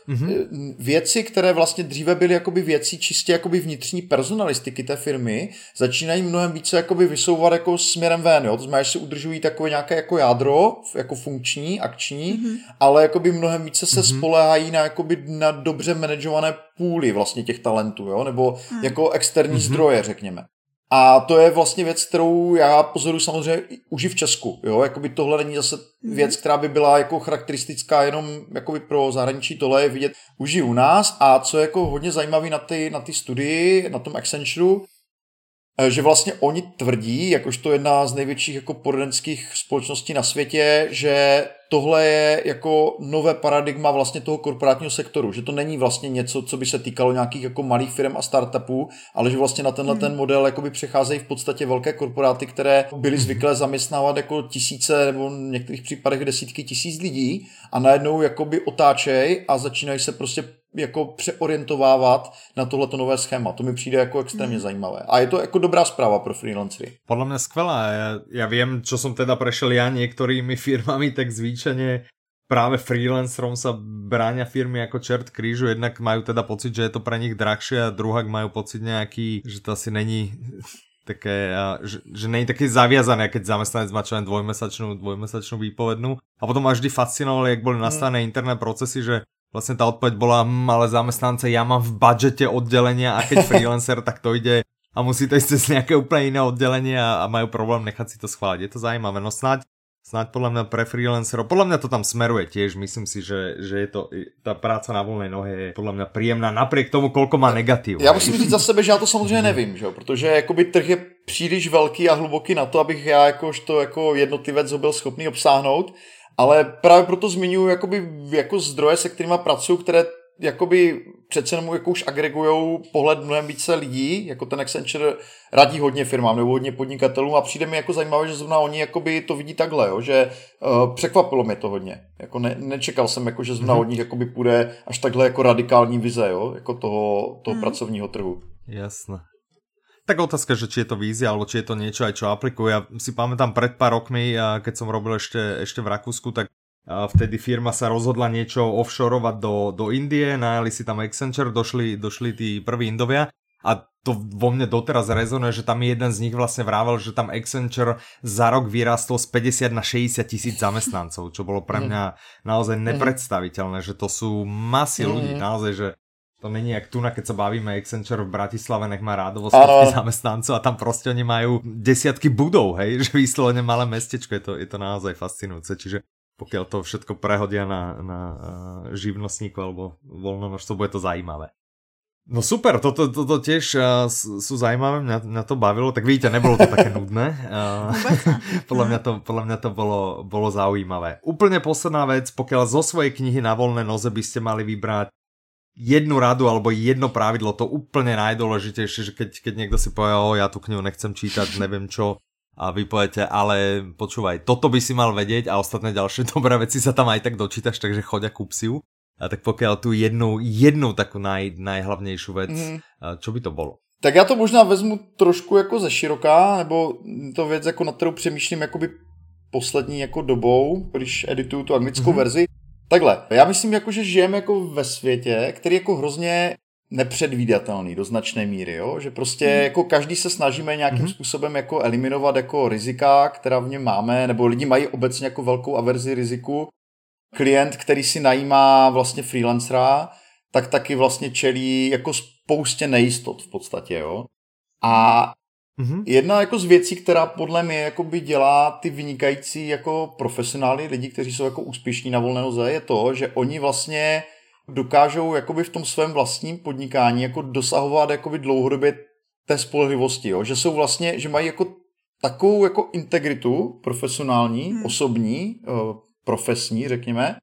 věci, které vlastně dříve byly jakoby věcí čistě jakoby vnitřní personalistiky té firmy, začínají mnohem více jakoby vysouvat jako směrem ven, jo? To znamená, že si udržují takové nějaké jako jádro, jako funkční, akční, ale jakoby mnohem více se spoléhají na dobře manažované půly vlastně těch talentů, jo? Nebo jako externí zdroje, řekněme. A to je vlastně věc, kterou já pozoruji samozřejmě už i v Česku. Jo? Jakoby tohle není zase věc, která by byla jako charakteristická jenom jakoby pro zahraničí, tohle je vidět už i u nás. A co je jako hodně zajímavé na ty studii, na tom Accenture, že vlastně oni tvrdí, jakožto jedna z největších jako poradenských společností na světě, že tohle je jako nové paradigma vlastně toho korporátního sektoru, že to není vlastně něco, co by se týkalo nějakých jako malých firm a startupů, ale že vlastně na tenhle ten model jakoby přecházejí v podstatě velké korporáty, které byly zvyklé zaměstnávat jako tisíce nebo v některých případech desítky tisíc lidí a najednou jakoby otáčej a začínají se prostě jako přeorientovávat na tohleto nové schéma. To mi přijde jako extrémně zajímavé. A je to jako dobrá správa pro freelancery. Podľa mňa skvelá. Ja viem, čo som teda prešiel ja niektorými firmami, tak zvyčajne práve freelancerom sa bráňa firmy ako čert krížu. Jednak majú teda pocit, že je to pre nich drahšie a druhák majú pocit nejaký, že to asi není také, že není taký zaviazaný, keď zamestnanec má čo len dvojmesačnú výpovednú. A potom ma vždy fascinovali, jak boli nastavené interné procesy, že vlastne tá odpoveď bola, ale zamestnance, ja mám v budžete oddelenia a keď freelancer, tak to ide a musí to ísť cez nejaké úplne iné oddelenie a majú problém nechať si to schváliť. Je to zajímavé, no snáď Snáď podľa mňa pre freelancerov, podľa mňa to tam smeruje tiež, myslím si, že je to, tá práca na voľnej nohe je podľa mňa príjemná, napriek tomu, koľko má negatív. Já musím říct za sebe, že já to samozřejmě nevím, že? Protože jakoby trh je příliš velký a hluboký na to, abych já jakožto jako jednotlivec ho byl schopný obsáhnout, ale právě proto zmiňuji jakoby jako zdroje, se kterýma pracuju, které jakoby přece jenom jako už agregujou pohled mnohem více lidí, jako ten Accenture radí hodně firmám nebo hodně podnikatelům a přijde mi jako zajímavé, že zrovna oni jakoby to vidí takhle, jo, že překvapilo mě to hodně. Jako nečekal jsem, jako, že zrovna od nich jakoby půjde až takhle jako radikální vize, jo, jako toho pracovního trhu. Jasné. Tak otázka, že či je to vízia, alebo či je to niečo aj čo aplikuje. Ja si pamätám pred pár rokmi, keď som robil ešte v Rakúsku, tak vtedy firma sa rozhodla niečo offshoreovať do Indie, najali si tam Accenture, došli tí prví Indovia a to vo mne doteraz rezonuje, že tam jeden z nich vlastne vrával, že tam Accenture za rok vyrastol z 50 na 60 000 zamestnancov, čo bolo pre mňa naozaj nepredstaviteľné, že to sú masy ľudí, naozaj, že to není jak tu, keď sa bavíme Accenture v Bratislave, nech má rádovo stovky zamestnancov a tam proste oni majú desiatky budov, hej, že vyslovene malé mestečko, je to naozaj fascinujúce, čiže pokiaľ to všetko prehodia na živnostníkov alebo voľnonožcov, bude to zajímavé. No super, toto tiež sú zaujímavé, mňa to bavilo, tak vidíte, nebolo to také nudné. Podľa mňa to bolo zaujímavé. Úplne posledná vec, pokiaľ zo svojej knihy Na voľnej noze by ste mali vybrať jednu radu alebo jedno pravidlo, to úplne najdôležitejšie, že keď niekto si povie, ja tú knihu nechcem čítať, neviem čo, a vy poviete, ale počúvaj, toto by si mal vedieť a ostatné ďalšie dobré veci sa tam aj tak dočítaš, takže choď a kúp si ju. A tak pokiaľ tu jednu takú najhlavnejšiu vec, čo by to bolo? Tak já to možná vezmu trošku jako ze široká, nebo to věc, jako nad kterou přemýšlím jakoby poslední jako dobou, když edituju tu anglickou verzi. Takhle, já myslím, jako, že žijeme jako ve světě, který jako hrozně nepředvídatelný do značné míry, jo? Že prostě jako každý se snažíme nějakým způsobem jako eliminovat jako rizika, která v něm máme, nebo lidi mají obecně jako velkou averzi riziku. Klient, který si najímá vlastně freelancera, tak taky vlastně čelí jako spoustě nejistot v podstatě, jo. A jedna jako z věcí, která podle mě jakoby dělá ty vynikající jako profesionály, lidi, kteří jsou jako úspěšní na volné noze, je to, že oni vlastně dokážou jakoby v tom svém vlastním podnikání jako dosahovat jakoby dlouhodobě té spolehlivosti, jo? Že jsou vlastně, že mají jako takovou jako integritu profesionální, osobní, profesní, řekněme,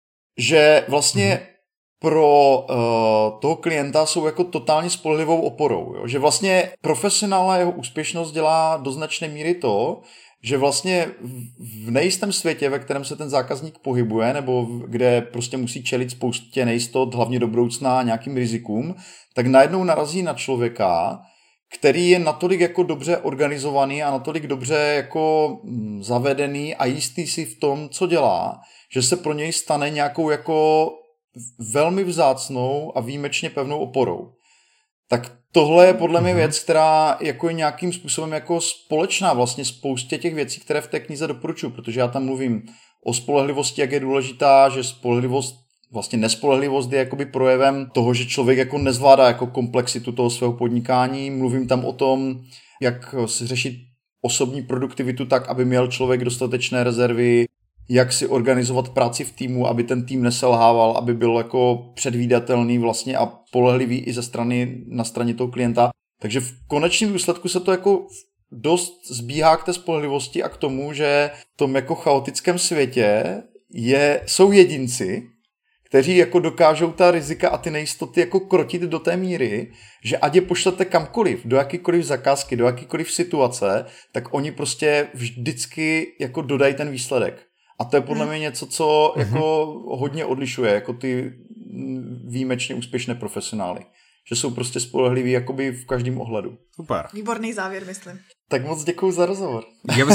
že vlastně pro toho klienta jsou jako totálně spolehlivou oporou, jo? Že vlastně profesionál a jeho úspěšnost dělá do značné míry to, že vlastně v nejistém světě, ve kterém se ten zákazník pohybuje, nebo kde prostě musí čelit spoustě nejistot, hlavně do budoucna nějakým rizikům, tak najednou narazí na člověka, který je natolik jako dobře organizovaný a natolik dobře jako zavedený a jistý si v tom, co dělá, že se pro něj stane nějakou jako velmi vzácnou a výjimečně pevnou oporou. Tak tohle je podle mě věc, která jako je nějakým způsobem jako společná vlastně spoustě těch věcí, které v té knize doporučuji, protože já tam mluvím o spolehlivosti, jak je důležitá, že spolehlivost, vlastně nespolehlivost je jakoby projevem toho, že člověk jako nezvládá jako komplexitu toho svého podnikání. Mluvím tam o tom, jak si řešit osobní produktivitu tak, aby měl člověk dostatečné rezervy, jak si organizovat práci v týmu, aby ten tým neselhával, aby byl jako předvídatelný vlastně a spolehlivý i na straně toho klienta. Takže v konečném důsledku se to jako dost zbíhá k té spolehlivosti a k tomu, že v tom jako chaotickém světě jsou jedinci, kteří jako dokážou ta rizika a ty nejistoty jako krotit do té míry, že ať je pošlete kamkoliv, do jakýkoliv zakázky, do jakýkoliv situace, tak oni prostě vždycky jako dodají ten výsledek. A to je podle mě něco, co jako hodně odlišuje jako ty výjimečně úspěšné profesionály. Že jsou prostě spolehliví jakoby v každém ohledu. Super. Výborný závěr, myslím. Tak moc děkuju za rozhovor.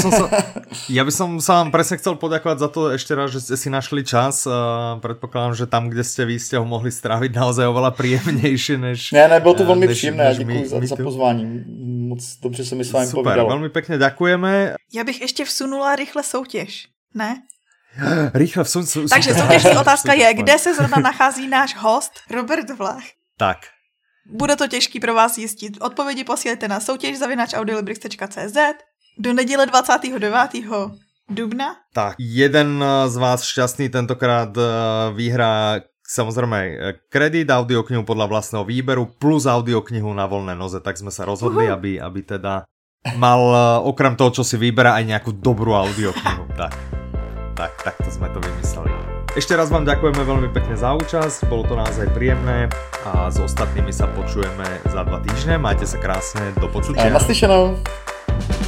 Ja by som sa vám presne chcel poďakovať za to ešte raz, že ste si našli čas. Predpokladám, že tam, kde vy ste ho mohli stráviť naozaj oveľa príjemnejšie než... Ne, bylo to velmi příjemné, děkuji za pozvání. Moc dobře se mi s vámi povídalo. Super, veľmi pekne ďakujeme. Já bych ještě vsunula rychle soutěž, ne? Rychle vsun. Takže soutěžní otázka je, kde se zrovna nachází náš host Robert Vlach? Tak. Bude to těžký pro vás zjistit. Odpovědi posílejte na soutěž @audiolibrix.cz do neděle 29. dubna. Tak, jeden z vás šťastný tentokrát vyhrá samozrejme kredit, audioknihu podľa vlastného výberu plus audioknihu Na voľné noze, tak sme sa rozhodli, aby teda mal okrem toho, čo si vyberá, aj nejakú dobrú audioknihu. Tak to sme to vymysleli. Ešte raz vám ďakujeme veľmi pekne za účasť, bolo to naozaj príjemné a s ostatnými sa počujeme za 2 týždne. Majte sa krásne, do počutia. Naslyšenou.